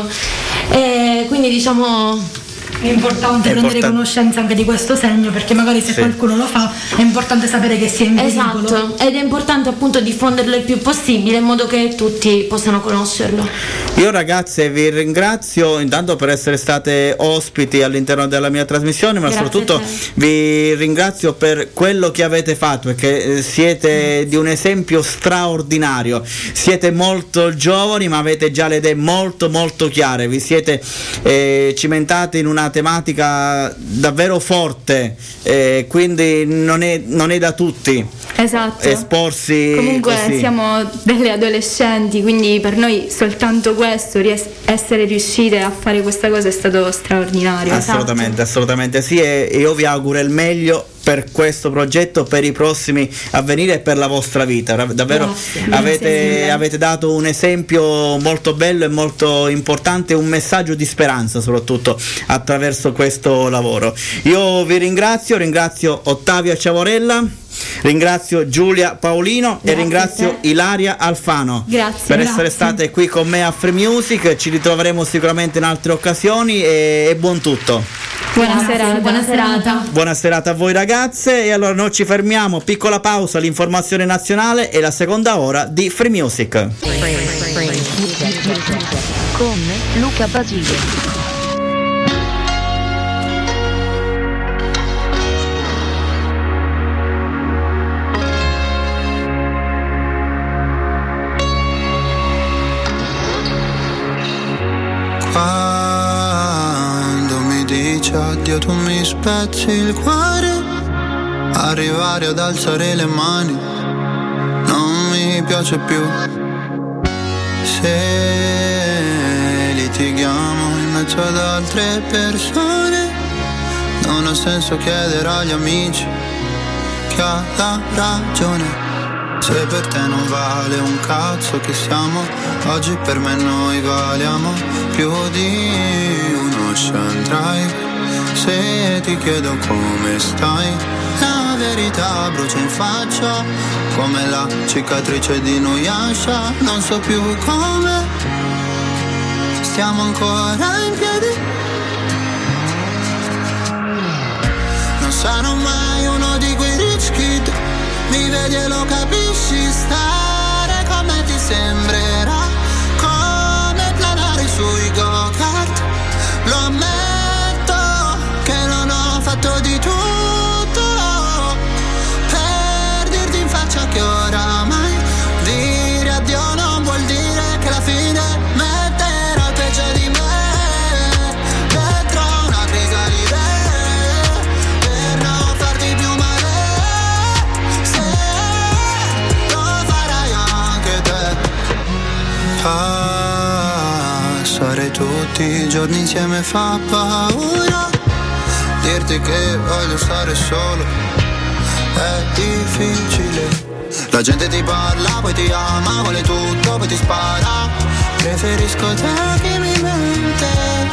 E quindi diciamo È importante È prendere importan- conoscenza anche di questo segno, perché magari se Sì. qualcuno lo fa è importante sapere che sia in pericolo. esatto, ed è importante appunto diffonderlo il più possibile in modo che tutti possano conoscerlo. Io ragazze vi ringrazio intanto per essere state ospiti all'interno della mia trasmissione, ma Grazie soprattutto a te. vi ringrazio per quello che avete fatto, perché eh, siete di un esempio straordinario. Siete molto giovani ma avete già le idee molto molto chiare, vi siete eh, cimentate in una tematica davvero forte, eh, quindi non è, non è da tutti Esatto. esporsi Comunque così. siamo delle adolescenti, quindi per noi soltanto questo, ries- essere riuscite a fare questa cosa è stato straordinario. Assolutamente, assolutamente sì, e e io vi auguro il meglio per questo progetto, per i prossimi a venire e per la vostra vita. Davvero Grazie. avete, Grazie. avete dato un esempio molto bello e molto importante, un messaggio di speranza soprattutto attraverso questo lavoro. Io vi ringrazio, ringrazio Ottavia Ciavorella, ringrazio Giulia Paolino. Grazie, e ringrazio Ilaria Alfano. Grazie, per grazie. essere state qui con me a Free Music. Ci ritroveremo sicuramente in altre occasioni e, e buon tutto. Buona serata. Buona serata. Buona serata a voi ragazze, e allora noi ci fermiamo, piccola pausa, l'informazione nazionale e la seconda ora di Free Music. Con Luca Basile. Quando mi dici addio tu mi spezzi il cuore, arrivare ad alzare le mani non mi piace più. Se litighiamo in mezzo ad altre persone, non ha senso chiedere agli amici chi ha la ragione. Se per te non vale un cazzo che siamo, oggi per me noi valiamo più di un ocean drive. Se ti chiedo come stai, la verità brucia in faccia come la cicatrice di Nuyasha. Non so più come stiamo ancora in piedi. Non sarò mai uno di quei rich kid, mi vedi e lo capisci, stare con me ti sembrerà come planare sui go-kart. Lo ammetto che non ho fatto di tutto per dirti in faccia che oramai dire addio non vuol dire che la fine metterò il peggio di me dentro una crisalide per non farti più male. Se lo farai anche te, passare tutti i giorni insieme fa paura. Dirti che voglio stare solo è difficile. La gente ti parla, poi ti ama, vuole tutto, poi ti spara. Preferisco te che mi mente.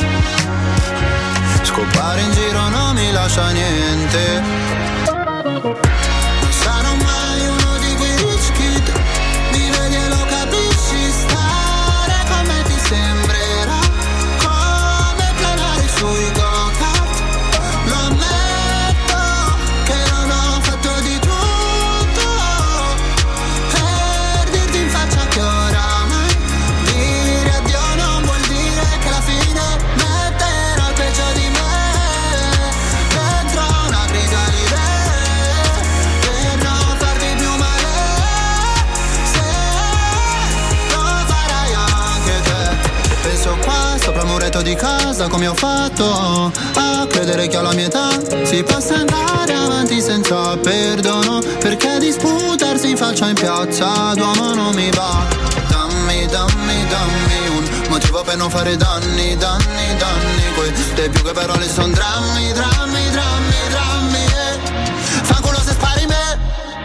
Scopare in giro non mi lascia niente. Non sarò mai uno di quei rich kid, mi vedi e lo capisci, stare con me ti sembrerà come planare sui go-kart. Lo ammetto che non ho fatto di tutto per dirti in faccia che oramai dire addio non vuol dire che la fine metterò il peggio di me dentro una crisalide per non farti più male. Se lo farai anche te, penso qua sopra il muretto di casa come ho fatto a credere che alla mia età si possa andare avanti senza perdono, perché disputarsi in faccia in piazza Duomo non mi va. Dammi, dammi, dammi un motivo per non fare danni, danni, danni. Queste più che parole son drammi, drammi, drammi, drammi, eh. Fanculo se spari me.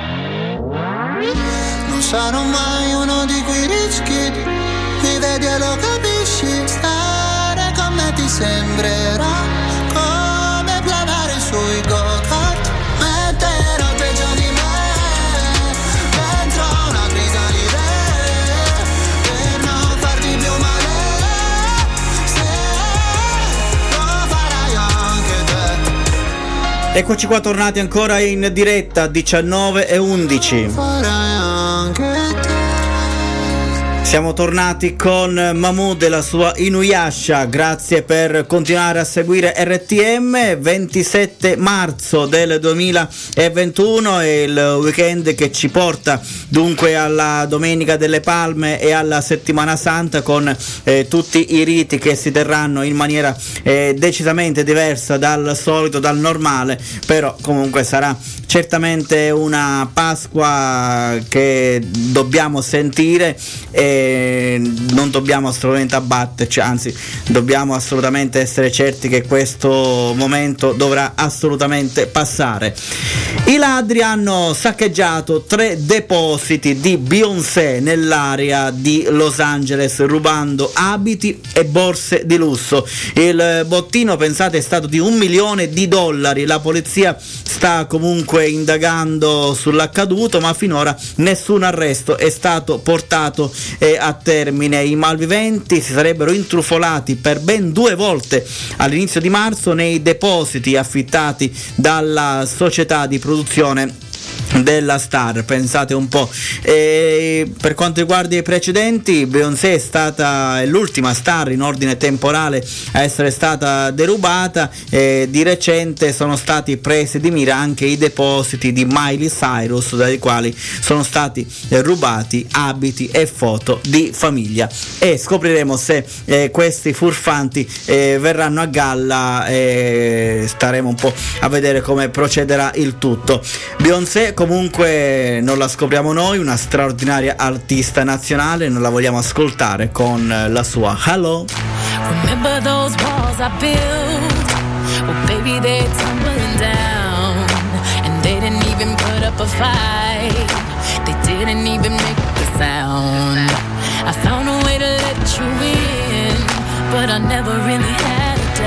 Non sarò mai uno di quei rich kid, mi vedi e lo capisci, stare con me ti sembrerà come planare sui go-kart. Metterò il peggio di me dentro una crisalide per non farti più male. Se lo farai anche te. Eccoci qua tornati ancora in diretta, diciannove e undici. Farai anche te. Siamo tornati con Mahmood e la sua Inuyasha. Grazie per continuare a seguire R T M. ventisette marzo del duemilaventuno è il weekend che ci porta dunque alla Domenica delle Palme e alla Settimana Santa, con eh, tutti i riti che si terranno in maniera eh, decisamente diversa dal solito, dal normale, però comunque sarà certamente una Pasqua che dobbiamo sentire e e non dobbiamo assolutamente abbatterci, anzi dobbiamo assolutamente essere certi che questo momento dovrà assolutamente passare. I ladri hanno saccheggiato tre depositi di Beyoncé nell'area di Los Angeles, rubando abiti e borse di lusso. Il bottino, pensate, è stato di un milione di dollari. La polizia sta comunque indagando sull'accaduto, ma finora nessun arresto è stato portato eh, a termine. I malviventi si sarebbero intrufolati per ben due volte all'inizio di marzo nei depositi affittati dalla società di produzione della star, pensate un po'. E per quanto riguarda i precedenti, Beyoncé è stata l'ultima star in ordine temporale a essere stata derubata, e di recente sono stati presi di mira anche i depositi di Miley Cyrus, dai quali sono stati rubati abiti e foto di famiglia, e scopriremo se eh, questi furfanti eh, verranno a galla, e staremo un po' a vedere come procederà il tutto. Beyoncé comunque non la scopriamo noi, una straordinaria artista nazionale, non la vogliamo ascoltare con la sua Hello. Remember those walls I built? Well, baby, they're tumbling down, and they didn't even put up a fight. They didn't even make a sound. I found a way to let you in, but I never really had a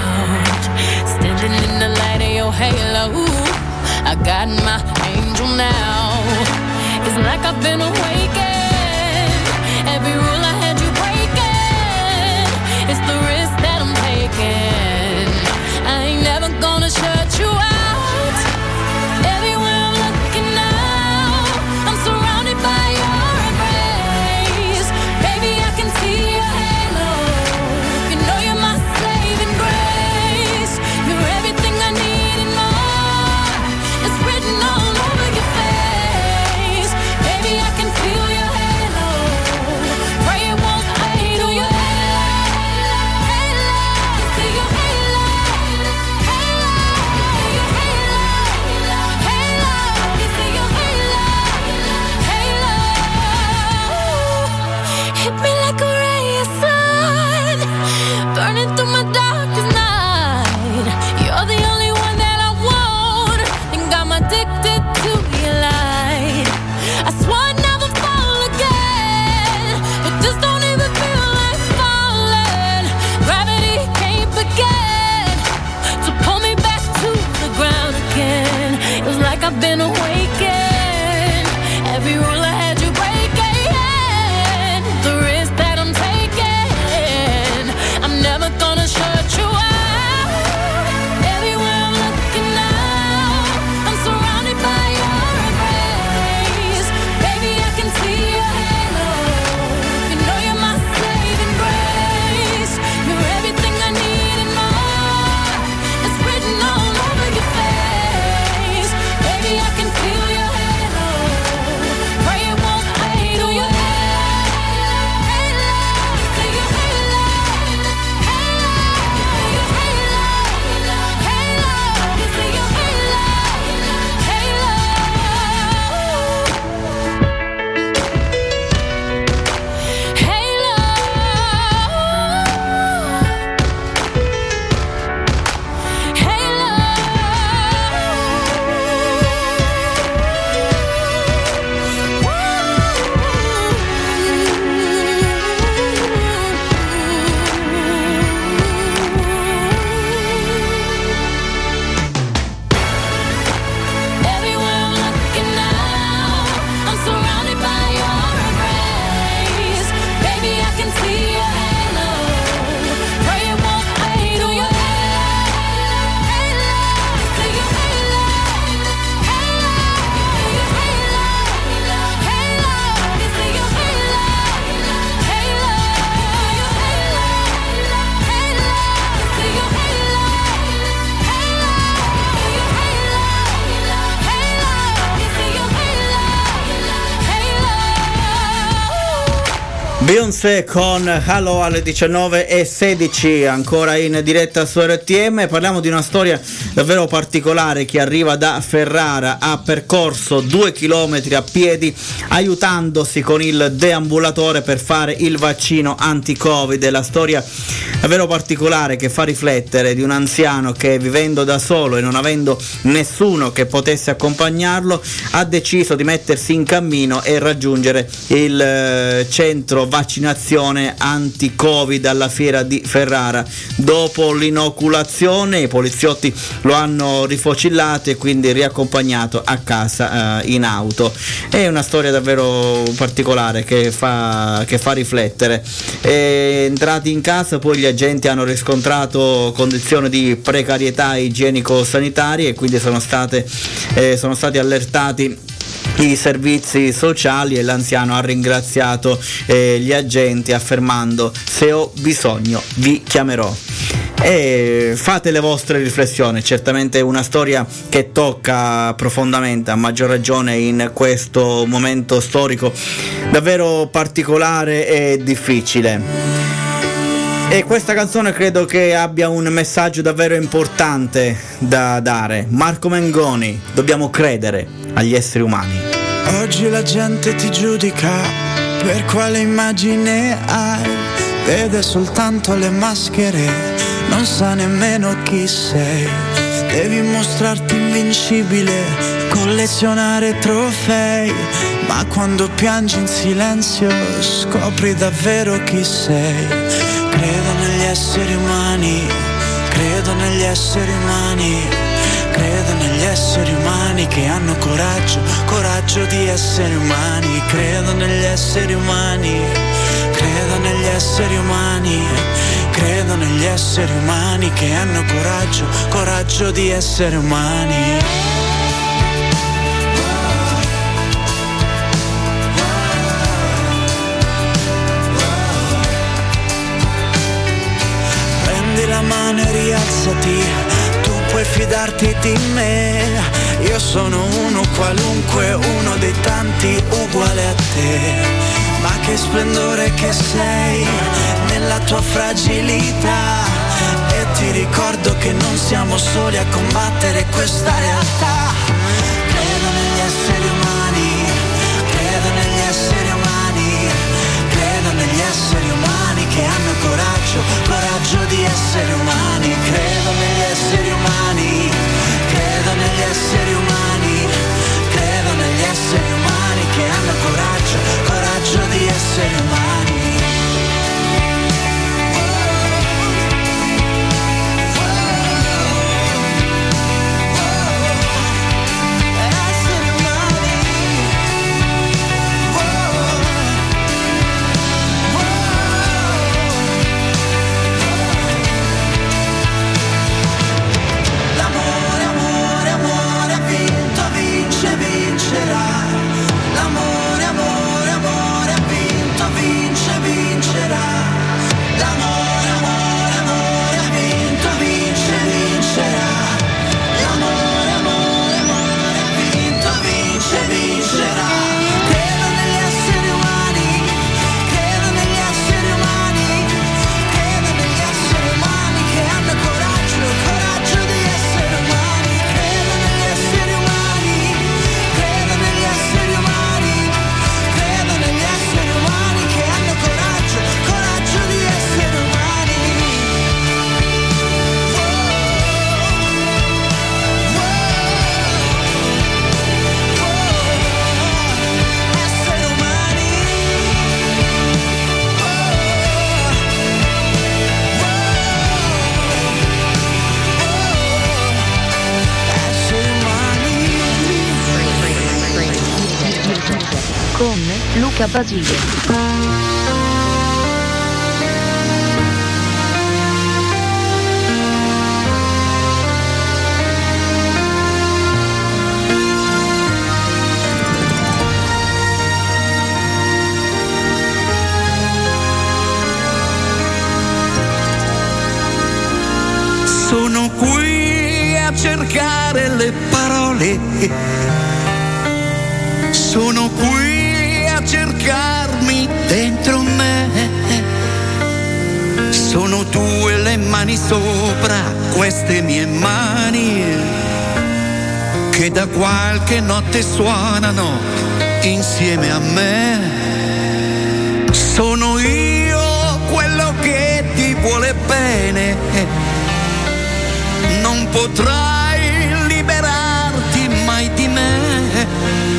doubt. Standing in the light of your halo, I got my angel now. It's like I've been awakened. Every rule I had you breaking. It's the risk that I'm taking. I ain't never gonna shut you out. Everywhere I'm looking now, I'm surrounded by your embrace. Baby, I can see your halo. You know you're my saving grace. You're everything I need and more. It's written all over your face. Baby, I can feel Beyoncé con Hello alle diciannove e sedici, ancora in diretta su R T M. Parliamo di una storia davvero particolare. Chi arriva da Ferrara ha percorso due chilometri a piedi aiutandosi con il deambulatore per fare il vaccino anti-Covid. È la storia davvero particolare che fa riflettere di un anziano che, vivendo da solo e non avendo nessuno che potesse accompagnarlo, ha deciso di mettersi in cammino e raggiungere il eh, centro vaccinazione anti-Covid alla fiera di Ferrara. Dopo l'inoculazione i poliziotti lo hanno rifocillato e quindi riaccompagnato a casa eh, in auto. È una storia davvero particolare che fa, che fa riflettere. E, entrati in casa, poi gli agenti hanno riscontrato condizioni di precarietà igienico-sanitarie e quindi sono state eh, sono stati allertati i servizi sociali e l'anziano ha ringraziato eh, gli agenti affermando: se ho bisogno vi chiamerò. E fate le vostre riflessioni. Certamente è una storia che tocca profondamente, a maggior ragione in questo momento storico davvero particolare e difficile. E questa canzone credo che abbia un messaggio davvero importante da dare. Marco Mengoni, dobbiamo credere agli esseri umani. Oggi la gente ti giudica per quale immagine hai, vede soltanto le maschere, non sa nemmeno chi sei. Devi mostrarti invincibile, collezionare trofei, ma quando piangi in silenzio scopri davvero chi sei. Credo negli esseri umani, credo negli esseri umani, credo negli esseri umani che hanno coraggio, coraggio di essere umani. Credo negli esseri umani, credo negli esseri umani, credo negli esseri umani che hanno coraggio, coraggio di essere umani. La mano e rialzati, tu puoi fidarti di me. Io sono uno qualunque, uno dei tanti uguale a te. Ma che splendore che sei nella tua fragilità. E ti ricordo che non siamo soli a combattere questa realtà. Credo negli esseri umani, credo negli esseri umani, credo negli esseri umani che hanno coraggio, coraggio di essere umani. Credo negli esseri umani, credo negli esseri umani, credo negli esseri umani che hanno coraggio, coraggio di essere umani. L'amore, amore, amore ha vinto, vince, vincerà. L'amore, amore, amore ha vinto, vince, vincerà. L'amore, amore, amore ha vinto, vince, vincerà. Credo negli esseri umani, credo negli esseri umani, credo negli esseri umani che hanno coraggio, coraggio di essere umani. Credo negli esseri umani, credo negli esseri umani, credo negli esseri umani che hanno coraggio, coraggio di essere umani. Esseri umani. Esseri umani. Con Luca Basile. Sono qui a cercare le parole, sono qui a cercarmi dentro me. tu e le mani sopra queste mie mani che da qualche notte suonano insieme a me. Sono io quello che ti vuole bene, non potrai liberarti mai di me.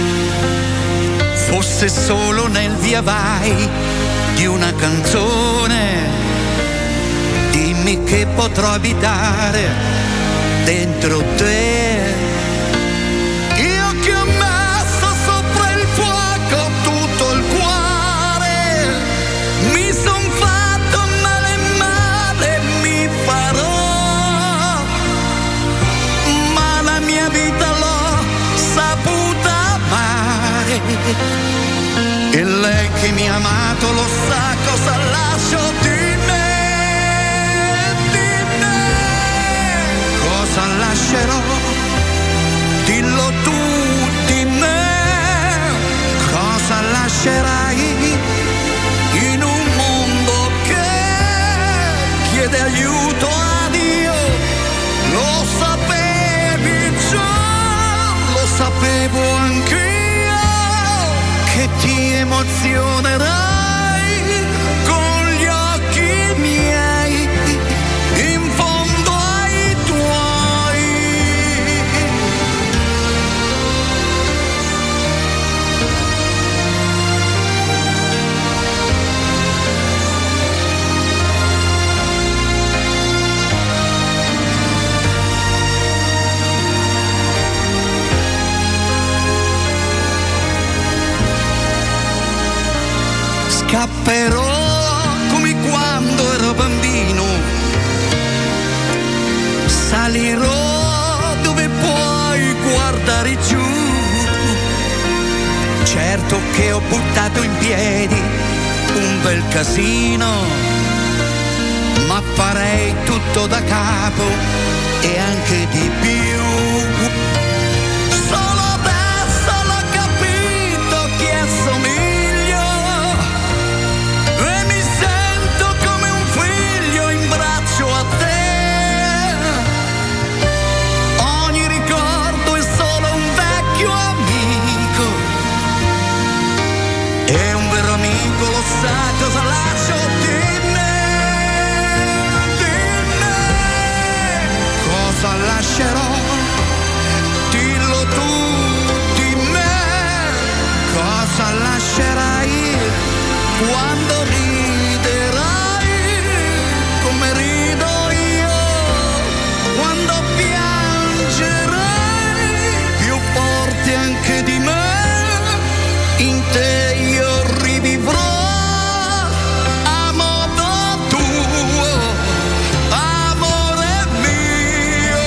Fosse solo nel via vai di una canzone, dimmi che potrò abitare dentro te. Io che ho messo sopra il fuoco tutto il cuore, mi son fatto male male, mi farò, ma la mia vita l'ho saputa amare. E lei che mi ha amato lo sa cosa lascio di me, di me. Cosa lascerò? Dillo tu di me. Cosa lascerai in un mondo che chiede aiuto a Dio? Lo sapevi già, lo sapevo anch'io, che ti emozionerai con gli occhi miei in fondo ai tuoi. Scapperò come quando ero bambino, salirò dove puoi guardare giù. Certo che ho buttato in piedi un bel casino, ma farei tutto da capo e anche di più. Solo adesso l'ho capito chi è somiglio, a te. Ogni ricordo è solo un vecchio amico, e un vero amico lo sa cosa lascio di me, di me. Cosa lascerò? Dillo tu di me. Cosa lascerai quando riderai come rido io, quando piangerai più forte anche di me? In te io rivivrò a modo tuo, amore mio.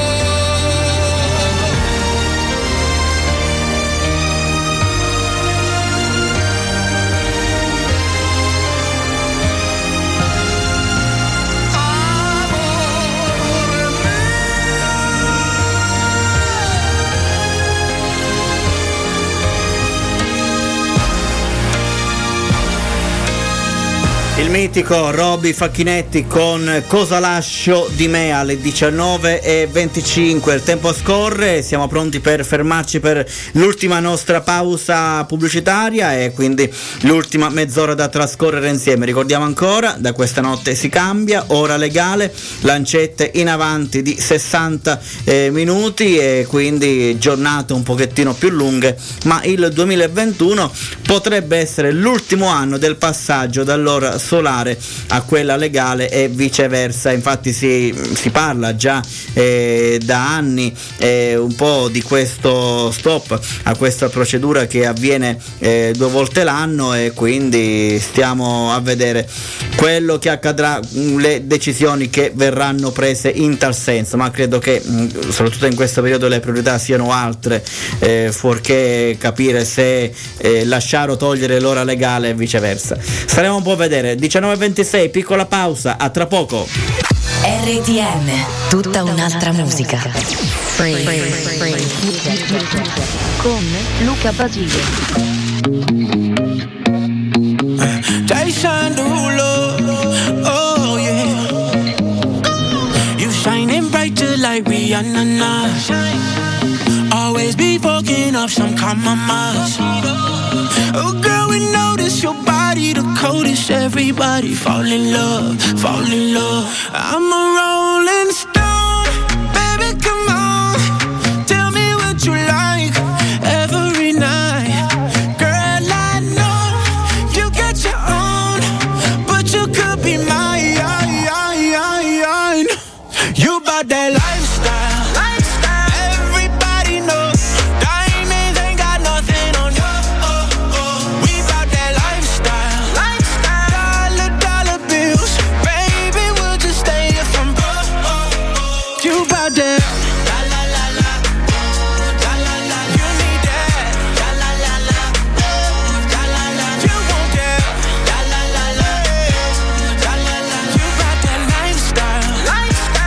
Il mitico Robby Facchinetti con Cosa lascio di me alle diciannove e venticinque. Il tempo scorre, siamo pronti per fermarci per l'ultima nostra pausa pubblicitaria e quindi l'ultima mezz'ora da trascorrere insieme. Ricordiamo ancora, da questa notte si cambia, ora legale, lancette in avanti di sessanta eh, minuti e quindi giornate un pochettino più lunghe, ma il duemilaventuno potrebbe essere l'ultimo anno del passaggio dall'ora solare a quella legale e viceversa. Infatti si, si parla già eh, da anni eh, un po' di questo stop a questa procedura che avviene eh, due volte l'anno, e quindi stiamo a vedere quello che accadrà, le decisioni che verranno prese in tal senso, ma credo che mh, soprattutto in questo periodo le priorità siano altre, eh, fuorché capire se eh, lasciare o togliere l'ora legale e viceversa. Staremo un po' a vedere. diciannove e ventisei, piccola pausa, a tra poco. R T M, tutta un'altra musica. Free, free, free. Con Luca Basile. Jason Derulo, oh yeah. yeah, nah, nah. Always be fucking up some compromise. Oh girl, we notice your body the coldest. Everybody fall in love, fall in love. I'm a rolling stone, baby, come on. Tell me what you like every night. Girl, I know you got your own, but you could be mine. You bout that lifestyle, lifestyle. Everybody knows diamonds ain't got nothing on you. Oh, oh. We bout that lifestyle, lifestyle. Dollar, dollar bills, baby, we'll just stay here from birth. Oh, oh. You bout that. La la la la, la la la. You need that. La la la la, la la la. You want that. La la la la, la la la. You bout that lifestyle, lifestyle.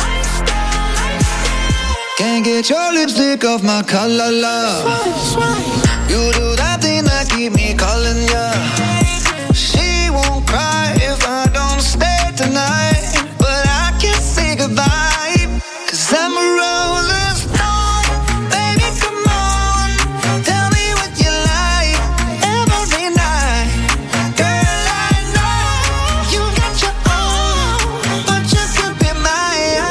Can't get your lipstick off my collar, love. You do that thing that keep me calling ya. She won't cry if I don't stay tonight, but I can't say goodbye, 'cause I'm a rolling stone. Baby, come on, tell me what you like every night. Girl, I know you got your own, but you could be mine.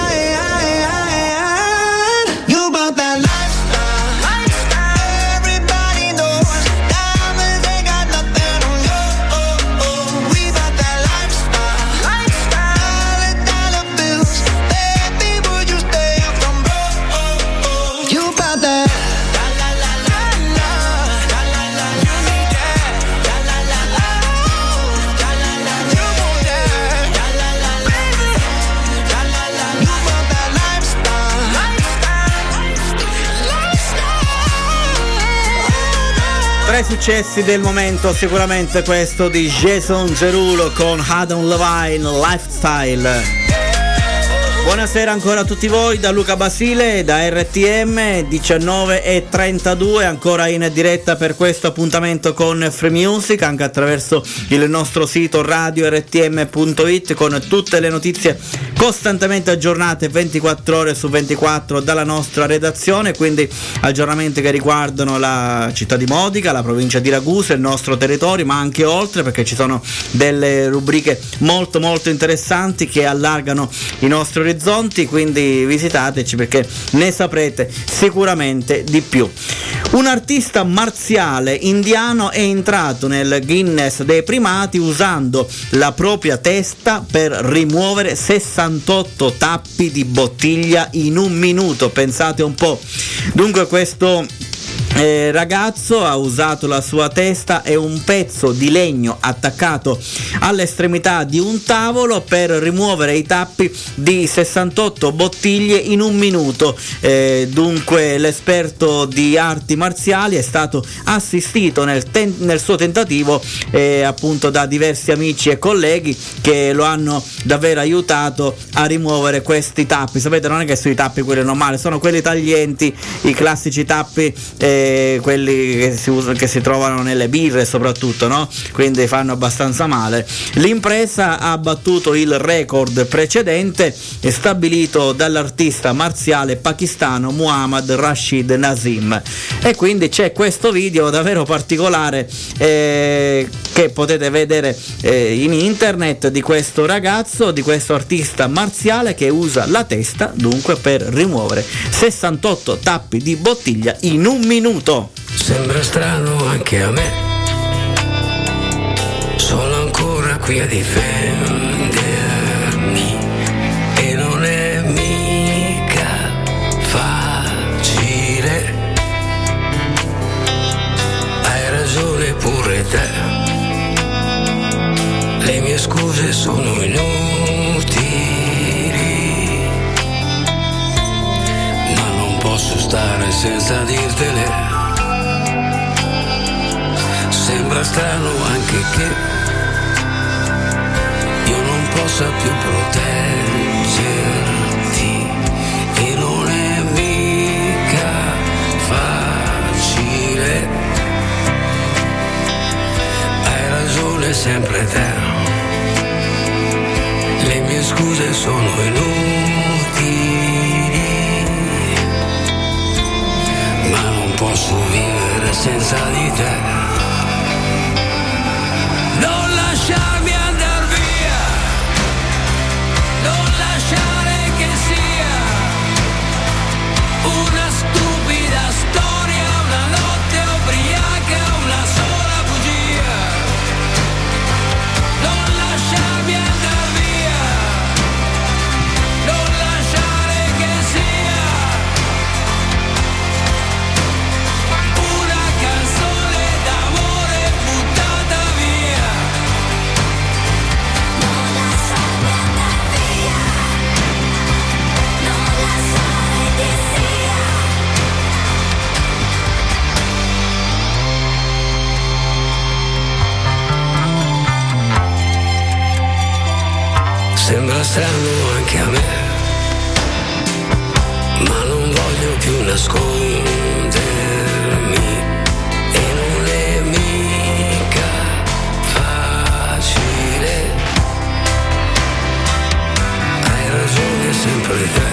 You about that lifestyle, lifestyle. Everybody knows diamonds ain't got nothing on you. Oh, oh. We about that lifestyle, lifestyle. Dollar bills, baby, would you stay up from broke? Oh, oh. You about that. La la la la la, la la la. You need that. La la la la, la la la. You want that. La la la, baby. La la la. You about that lifestyle, Tre successi del momento, sicuramente questo di Jason Derulo con Adam Levine, Lifestyle. Buonasera ancora a tutti voi da Luca Basile, da R T M, diciannove e trentadue, ancora in diretta per questo appuntamento con Free Music, anche attraverso il nostro sito radio R T M punto it, con tutte le notizie costantemente aggiornate ventiquattro ore su ventiquattro dalla nostra redazione, quindi aggiornamenti che riguardano la città di Modica, la provincia di Ragusa, il nostro territorio, ma anche oltre, perché ci sono delle rubriche molto molto interessanti che allargano i nostri orizzonti, quindi visitateci perché ne saprete sicuramente di più. Un artista marziale indiano è entrato nel Guinness dei primati usando la propria testa per rimuovere sessantotto tappi di bottiglia in un minuto, pensate un po'. Dunque questo Eh, ragazzo ha usato la sua testa e un pezzo di legno attaccato all'estremità di un tavolo per rimuovere i tappi di sessantotto bottiglie in un minuto. Eh, dunque l'esperto di arti marziali è stato assistito nel, ten- nel suo tentativo eh, appunto da diversi amici e colleghi che lo hanno davvero aiutato a rimuovere questi tappi. Sapete, non è che sono i tappi quelli normali, sono quelli taglienti, i classici tappi eh, quelli che si usano, che si trovano nelle birre soprattutto, no? Quindi fanno abbastanza male. L'impresa ha battuto il record precedente stabilito dall'artista marziale pakistano Muhammad Rashid Nazim, e quindi c'è questo video davvero particolare eh, che potete vedere eh, in internet di questo ragazzo, di questo artista marziale che usa la testa dunque per rimuovere sessantotto tappi di bottiglia in un minuto. Sembra strano anche a me, sono ancora qui a difendermi e non è mica facile. Hai ragione pure te, le mie scuse sono inutili, ma non posso stare senza dirtele. Sembra strano anche che io non possa più proteggerti e non è mica facile. Hai ragione sempre te, le mie scuse sono inutili, posso vivere senza di te. Non lasciarmi andar via, non lasciare che sia una stupida storia, una notte ubriaca, una sola bugia. Non lasciarmi andar via, non lasciare che sia una canzone d'amore buttata via. Non lasciarmi andar via, non lasciare che sia. Sembra strano anche a me, ma non voglio più nascondermi e non è mica facile. Hai ragione sempre te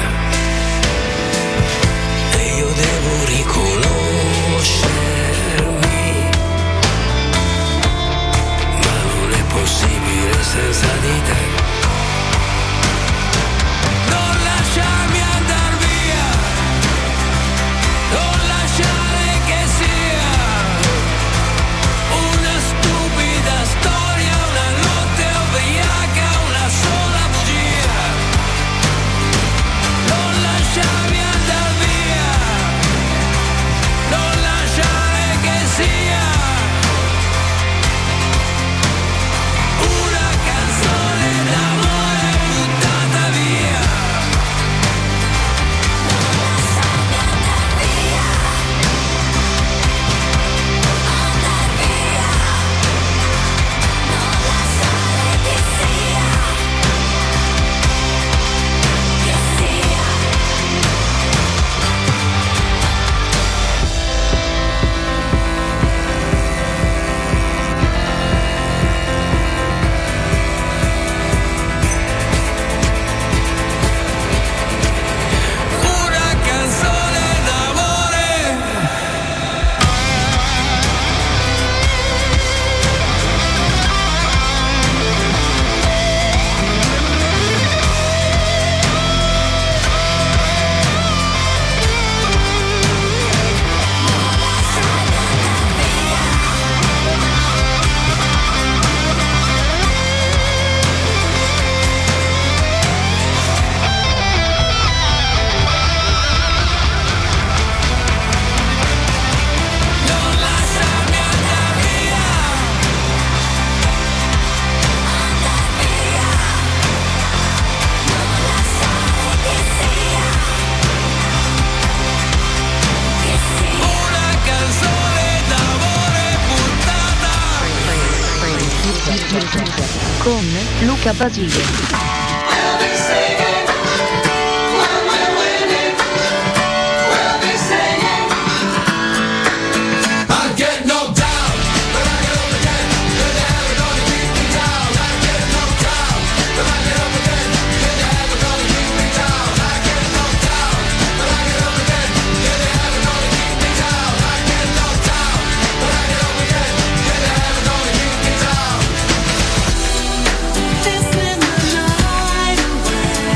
e io devo riconoscermi, ma non è possibile senza di te. Non lasciarmi andar via, non lasciare che sia una stupida storia, una notte ubriaca, una sola bugia. Non lasciarmi andar via, non lasciare che sia una canzone d'amore buttata via. Una canzone d'amore. Una canzone d'amore buttata. Con Luca Basile. I get knocked down, but I get up again. You're never gonna keep me down. I get knocked down, but I get up again. You're never gonna keep me down. I get knocked down, but I get up again. You're never gonna keep me down. I get knocked down, but I get up again. You're never gonna keep me down. This in the night away.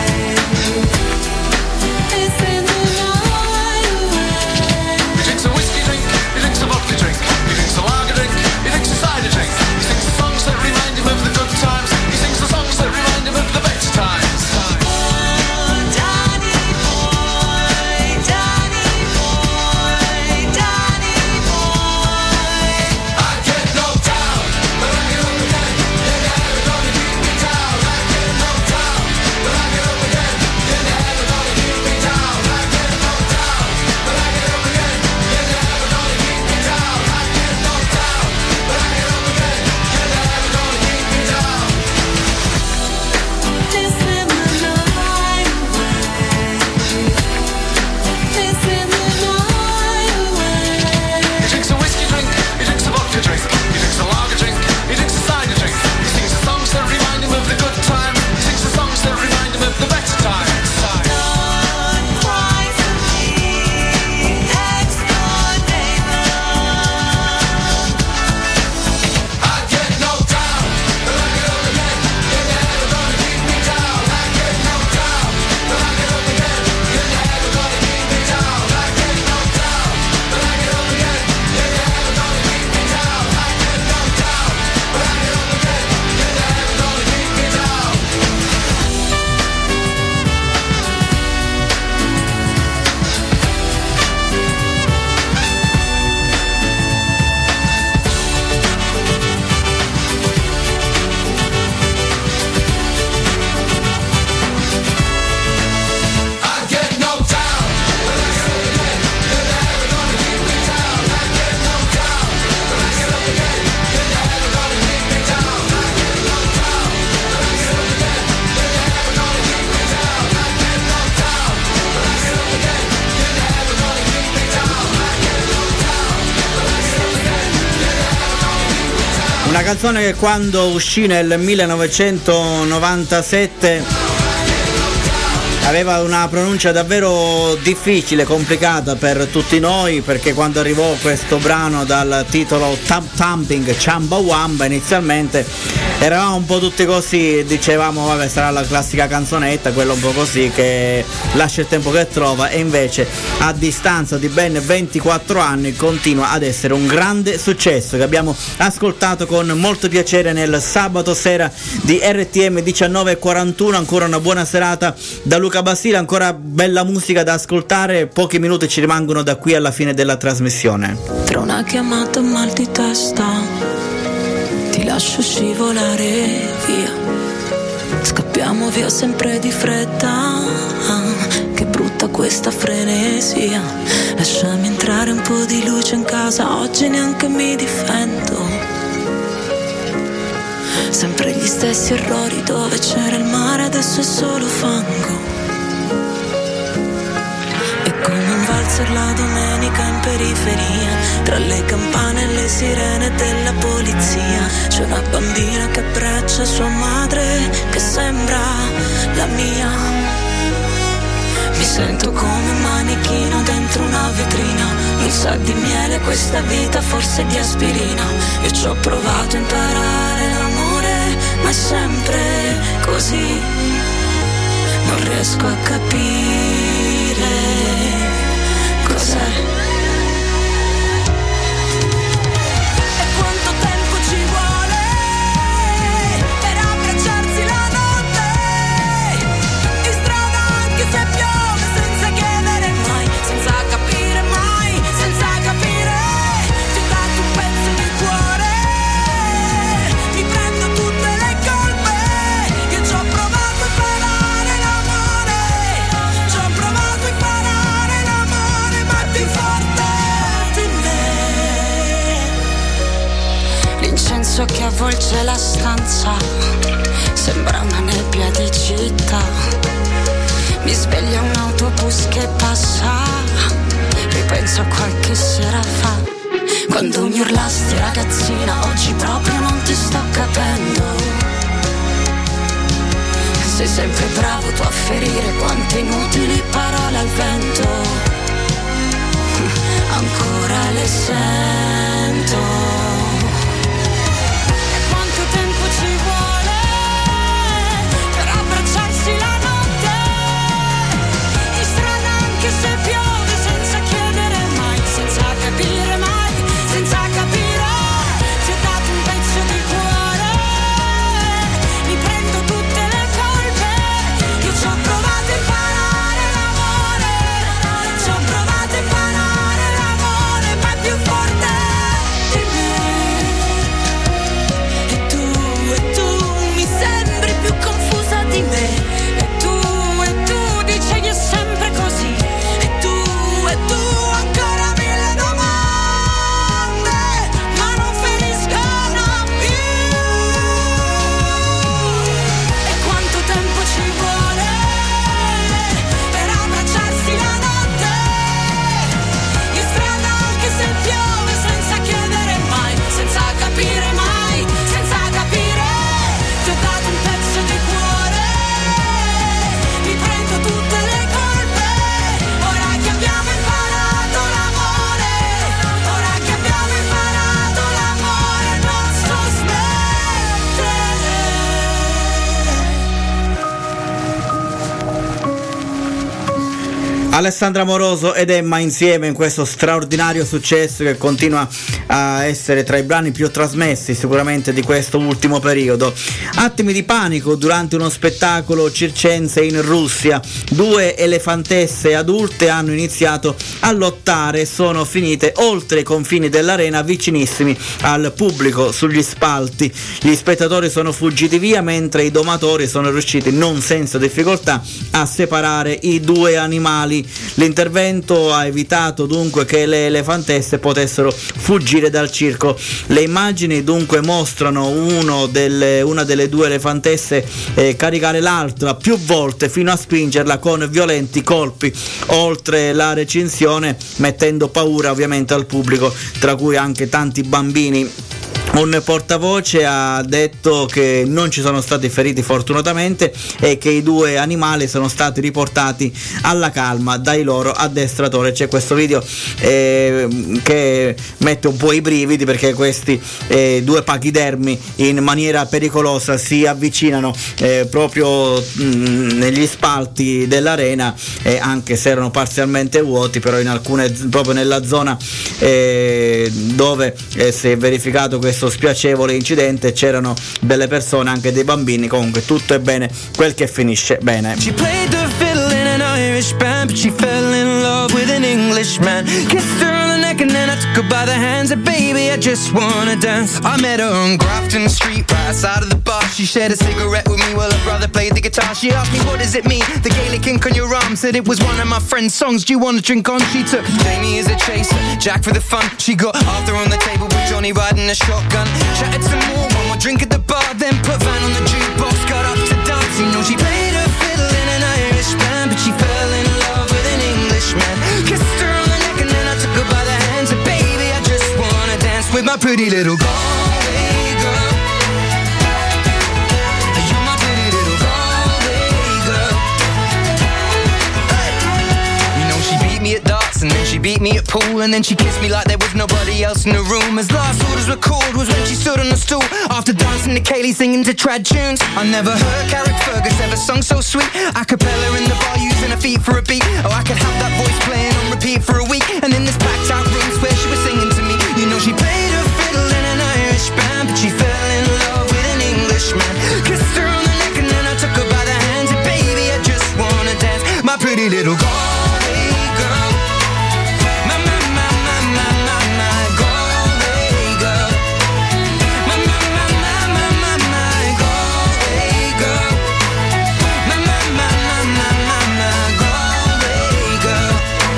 Una canzone che quando uscì nel millenovecentonovantasette aveva una pronuncia davvero difficile, complicata per tutti noi, perché quando arrivò questo brano dal titolo Thump Thumping Chumbawamba inizialmente eravamo un po' tutti così, dicevamo vabbè sarà la classica canzonetta, quella un po' così che lascia il tempo che trova, e invece a distanza di ben ventiquattro anni continua ad essere un grande successo che abbiamo ascoltato con molto piacere nel sabato sera di R T M diciannove e quarantuno. Ancora una buona serata da Luca Basile, ancora bella musica da ascoltare, pochi minuti ci rimangono da qui alla fine della trasmissione. Tra una chiamata e un mal di testa ti lascio scivolare via, scappiamo via sempre di fretta, che brutta questa frenesia, lasciami entrare un po' di luce in casa, oggi neanche mi difendo, sempre gli stessi errori, dove c'era il mare adesso è solo fango. Come un valzer la domenica in periferia, tra le campane e le sirene della polizia, c'è una bambina che abbraccia sua madre, che sembra la mia. Mi sento come un manichino dentro una vetrina, non sa di miele questa vita, forse di aspirina. Io ci ho provato a imparare l'amore, ma è sempre così, non riesco a capire cos'è. E quanto tempo ci vuole per abbracciarsi la notte, in strada anche se piove, senza chiedere mai, senza capire mai, senza capire. Ti ho dato un pezzo di cuore, mi prendo tutte le colpe, io ci ho provato a imparare l'amore, ci ho provato a imparare l'amore, ma è più forte di me. L'incenso che avvolge la stanza sembra una nebbia di città, mi sveglia un autobus che passa, ripenso a qualche sera fa, quando mi urlasti ragazzina, oggi proprio non ti sto capendo. Sei sempre bravo tu a ferire quante inutili parole al vento, ancora le sento. E quanto tempo ci vuole per abbracciarsi la notte, in strada anche se piove, senza chiedere mai, senza capire mai, senza capire. Ti ho dato un pezzo di cuore, mi prendo tutte le colpe, io ci ho provato a imparare l'amore, ci ho provato a imparare l'amore, ma è più forte di me. E tu, e tu mi sembri più confusa di me, e tu, e tu dici che è sempre così, e tu, e tu ancora mille domande, ma non finiscono più. E quanto tempo ci vuole per abbracciarsi la notte, in strada anche se piove, senza chiedere mai, senza capire mai, senza capire. Ti ho dato un pezzo di cuore, mi prendo tutte le colpe, ora che abbiamo imparato l'amore, ora che abbiamo imparato l'amore, non so Alessandra Moroso ed Emma insieme in questo straordinario successo che continua a essere tra i brani più trasmessi sicuramente di questo ultimo periodo. Attimi di panico durante uno spettacolo circense in Russia. Due elefantesse adulte hanno iniziato a lottare e sono finite oltre i confini dell'arena, vicinissimi al pubblico sugli spalti. Gli spettatori sono fuggiti via mentre i domatori sono riusciti non senza difficoltà a separare i due animali. L'intervento ha evitato dunque che le elefantesse potessero fuggire dal circo. Le immagini dunque mostrano uno delle, una delle due elefantesse eh, caricare l'altra più volte fino a spingerla con violenti colpi oltre la recinzione, mettendo paura ovviamente al pubblico, tra cui anche tanti bambini. Un portavoce ha detto che non ci sono stati feriti fortunatamente e che i due animali sono stati riportati alla calma dai loro addestratori. C'è questo video eh, che mette un po' i brividi, perché questi eh, due pachidermi in maniera pericolosa si avvicinano eh, proprio mh, negli spalti dell'arena, eh, anche se erano parzialmente vuoti, però in alcune, proprio nella zona eh, dove eh, si è verificato questo spiacevole incidente c'erano delle persone, anche dei bambini. Comunque tutto è bene quel che finisce bene. She played the fiddle in an Irish band, but she fell in love with an Englishman. Kissed her on the neck and then I took her by the hands. And baby, I just wanna dance. I met her on Grafton Street, right outside of the bar. She shared a cigarette with me while her brother played the guitar. She asked me, what does it mean? The Gaelic ink on your arm. Said it was one of my friend's songs. Do you wanna drink on? She took Jamie as a chaser, Jack for the fun. She got Arthur on the table with Johnny riding a shotgun. Chatted some more, one more drink at the bar, then put Van on the jukebox, got up to dance. You know she played her fiddle in an Irish band, but she fell in love with an Englishman. Kissed her on the neck and then I took her by the hands. And baby, I just wanna dance with my pretty little Galway girl. You're my pretty little Galway girl. Hey. You know she beat me at darts and then she beat me at pool, and then she kissed me like there was nobody else in the room. As last orders were called was when she stood on the stool after dancing to Kaylee singing to trad tunes. I never heard Carrick Fergus ever sung so sweet. A cappella in the bar using her feet for a beat. Oh, I could have that voice playing on repeat for a week. And in this packed out room where she was singing to me. You know she played her fiddle in an Irish band, but she fell in love with an Englishman. Kissed her on the neck and then I took her by the hands. And baby, I just wanna dance, my pretty little Galway girl. My, my, my, my, my, my, my Galway girl. My, my, my, my, my, my, my Galway girl. My, my, my, my, my, my, my Galway girl.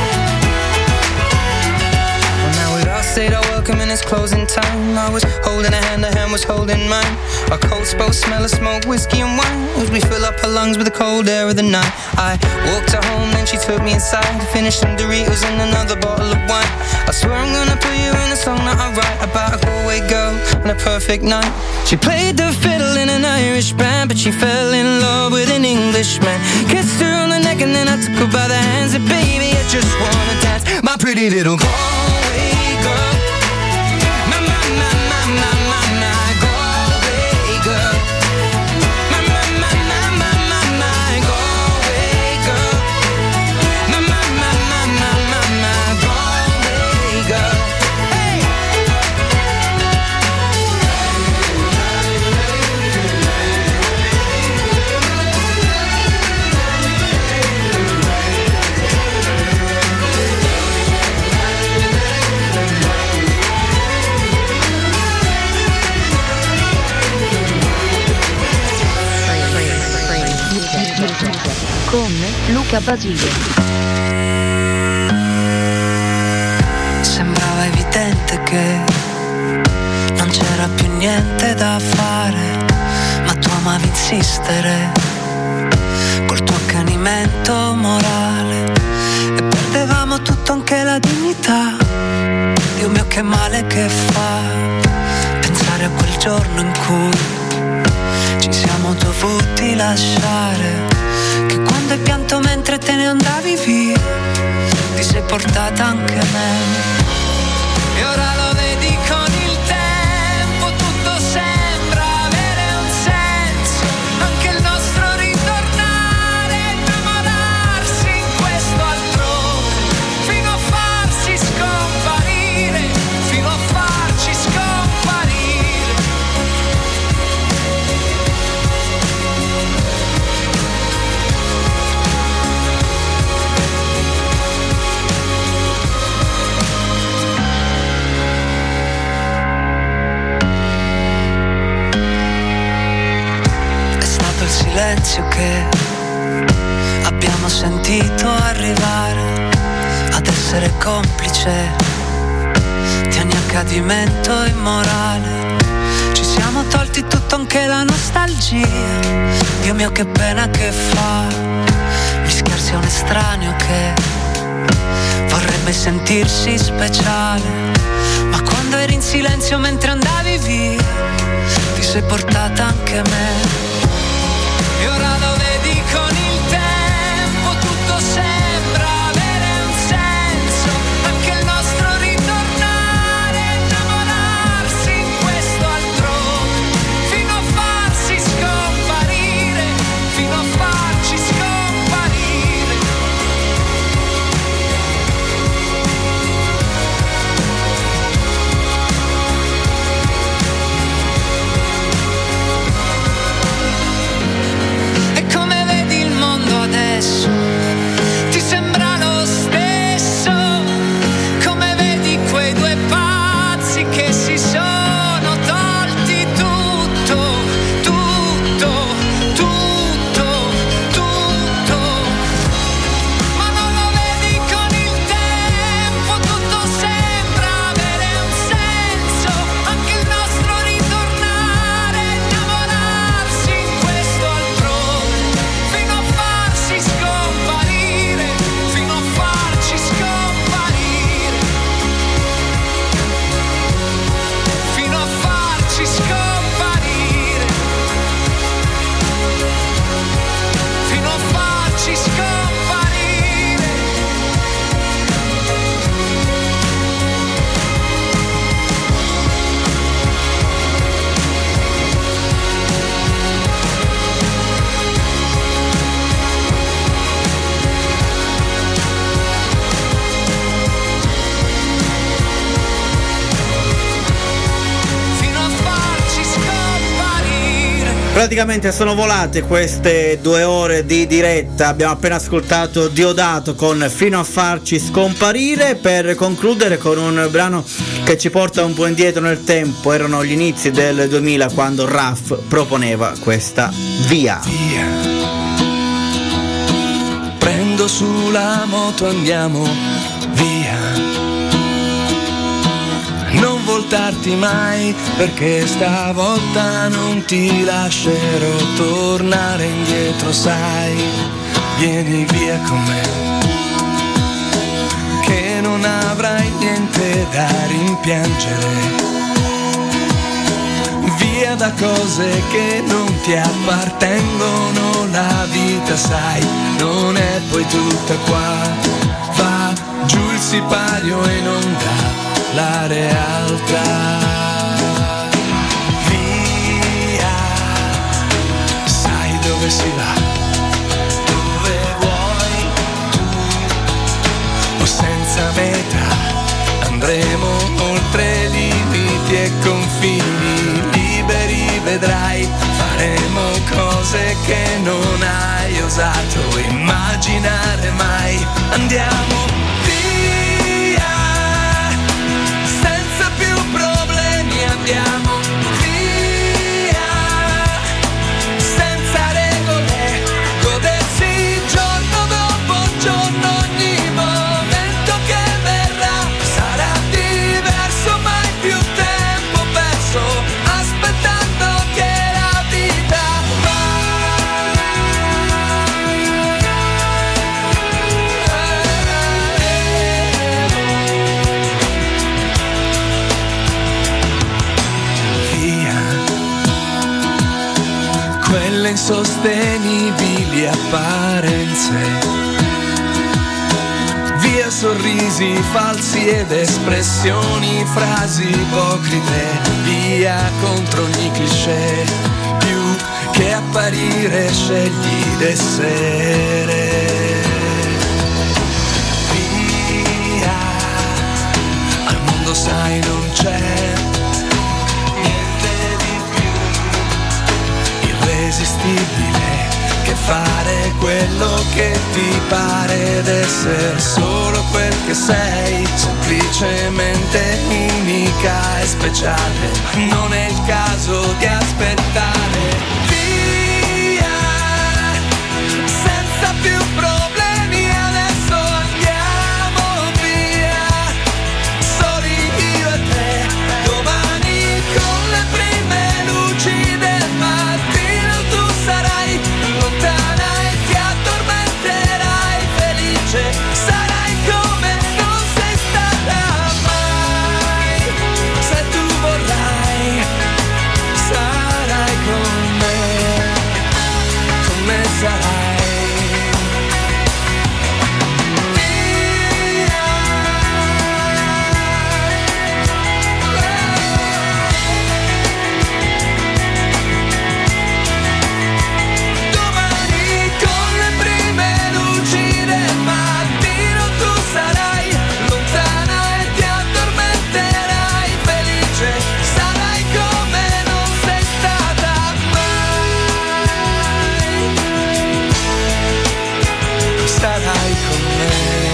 Well, now we'd all said our welcome and it's closing time. I was holding a hand, her hand was holding mine. Our coats both smell of smoke, whiskey and wine, as we fill up her lungs with the cold air of the night. I walked her home, then she took me inside, finished some Doritos and another bottle of wine. I swear I'm gonna put you in a song that I write about a Galway girl and a perfect night. She played the fiddle in an Irish band, but she fell in love with an Englishman. Kissed her on the neck and then I took her by the hands. And baby, I just wanna dance, my pretty little Galway girl. My, my, my, my, my, my, my Galway girl. My, my, my, my, my, my, my Galway girl. My, my, my, my, my, my, my Galway girl. Hey! Con Luca Basile. Sembrava evidente che non c'era più niente da fare, ma tu amavi insistere col tuo accanimento morale e perdevamo tutto, anche la dignità. Dio mio, che male che fa pensare a quel giorno in cui ci siamo dovuti lasciare, che quando hai pianto mentre te ne andavi via ti sei portata anche me. E ora lo vedi con il tempo, tutto sembra avere un senso, anche il nostro ritornare, innamorarsi in questo altrove, fino a farsi scomparire, fino a farci scomparire. Il silenzio che abbiamo sentito arrivare ad essere complice di ogni accadimento immorale. Ci siamo tolti tutto, anche la nostalgia. Dio mio, che pena che fa mischiarsi a un estraneo che vorrebbe sentirsi speciale, Ma quando eri in silenzio mentre andavi via, ti sei portata anche me. E ora lo vedi con il tempo, tutto sembra avere un senso, anche il nostro ritornare, innamorarsi in questo altrove, fino a farsi scomparire, fino a farci scomparire. E come vedi il mondo adesso, ti sembra lo stesso? Come vedi quei due pazzi che si sono tolti tutto, tutto, tutto, tutto? Ma non lo vedi con il tempo, tutto sembra avere un senso, anche il nostro ritornare, innamorarsi in questo altrove, fino a farsi scomparire, fino a farci scomparire, fino a farci scomparire, fino a farci scomparire. Fino a farci scomparire. Praticamente sono volate queste due ore di diretta. Abbiamo appena ascoltato Diodato con Fino a farci scomparire, per concludere con un brano che ci porta un po' indietro nel tempo. Erano gli inizi del duemila quando Raff proponeva questa Via. Prendo sulla moto, andiamo via. Non voltarti mai, perché stavolta non ti lascerò tornare indietro, sai. Vieni via con me, che non avrai niente da rimpiangere. Via da cose che non ti appartengono, la vita sai, non è poi tutta qua. Va giù il sipario e non dà la realtà. Via, sai dove si va, dove vuoi tu, o senza meta, andremo oltre limiti e confini, liberi vedrai, faremo cose che non hai osato immaginare mai. Andiamo andiamo via, senza regole, godersi giorno dopo giorno, ogni momento che verrà sarà diverso, mai più tempo perso, aspettando che la vita quelle insostenibili apparenze, via sorrisi falsi ed espressioni, frasi ipocrite, via contro ogni cliché, più che apparire scegli d'essere. Via, al mondo sai non c'è irresistibile che fare quello che ti pare ed essere solo quel che sei, semplicemente unica e speciale. Non è il caso di aspettare. Via, senza più problemi, adesso andiamo via, soli io e te, domani con le prime luci del mattino tu sarai lontana e ti addormenterai felice, sarai come non sei stata mai. sarai. Domani con le prime luci del mattino tu sarai lontana e ti addormenterai felice, sarai come non sei stata mai, sarai con me.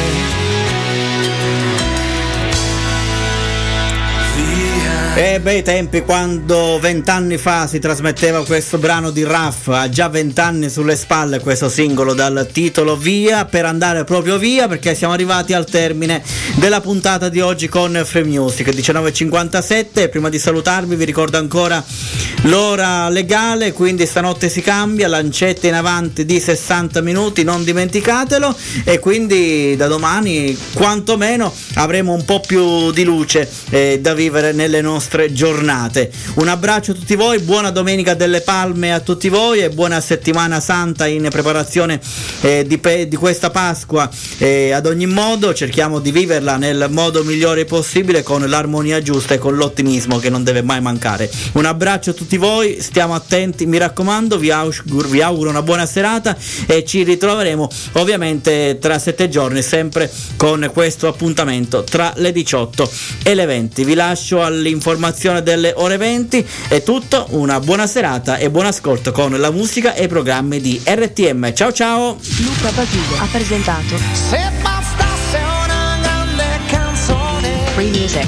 E bei tempi quando vent'anni fa si trasmetteva questo brano di Raff, ha già vent'anni sulle spalle questo singolo dal titolo Via, per andare proprio via perché siamo arrivati al termine della puntata di oggi con Free Music, diciannove e cinquantasette. Prima di salutarvi vi ricordo ancora l'ora legale, quindi stanotte si cambia, lancette in avanti di sessanta minuti, non dimenticatelo, e quindi da domani quantomeno avremo un po' più di luce eh, da vivere nelle nostre giornate. Un abbraccio a tutti voi, buona Domenica delle Palme a tutti voi e buona settimana santa in preparazione eh, di, pe- di questa Pasqua. Eh, ad ogni modo cerchiamo di viverla nel modo migliore possibile, con l'armonia giusta e con l'ottimismo che non deve mai mancare. Un abbraccio a tutti voi, stiamo attenti, mi raccomando, vi auguro, vi auguro una buona serata e ci ritroveremo ovviamente tra sette giorni, sempre con questo appuntamento tra le diciotto e le venti. Vi lascio all'informazione delle ore venti. È tutto, una buona serata e buon ascolto con la musica e i programmi di R T M. Ciao ciao. Luca Basile ha presentato Se bastasse una grande canzone. Free Music.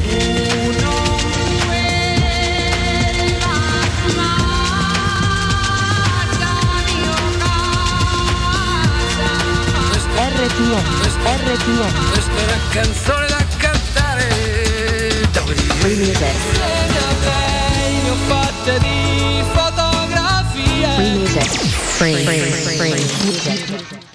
R T M. R T M. Questa è una canzone da cantare. Free Music. Ne ho fatte di fotografie. Free Music. Free, free, free, free music.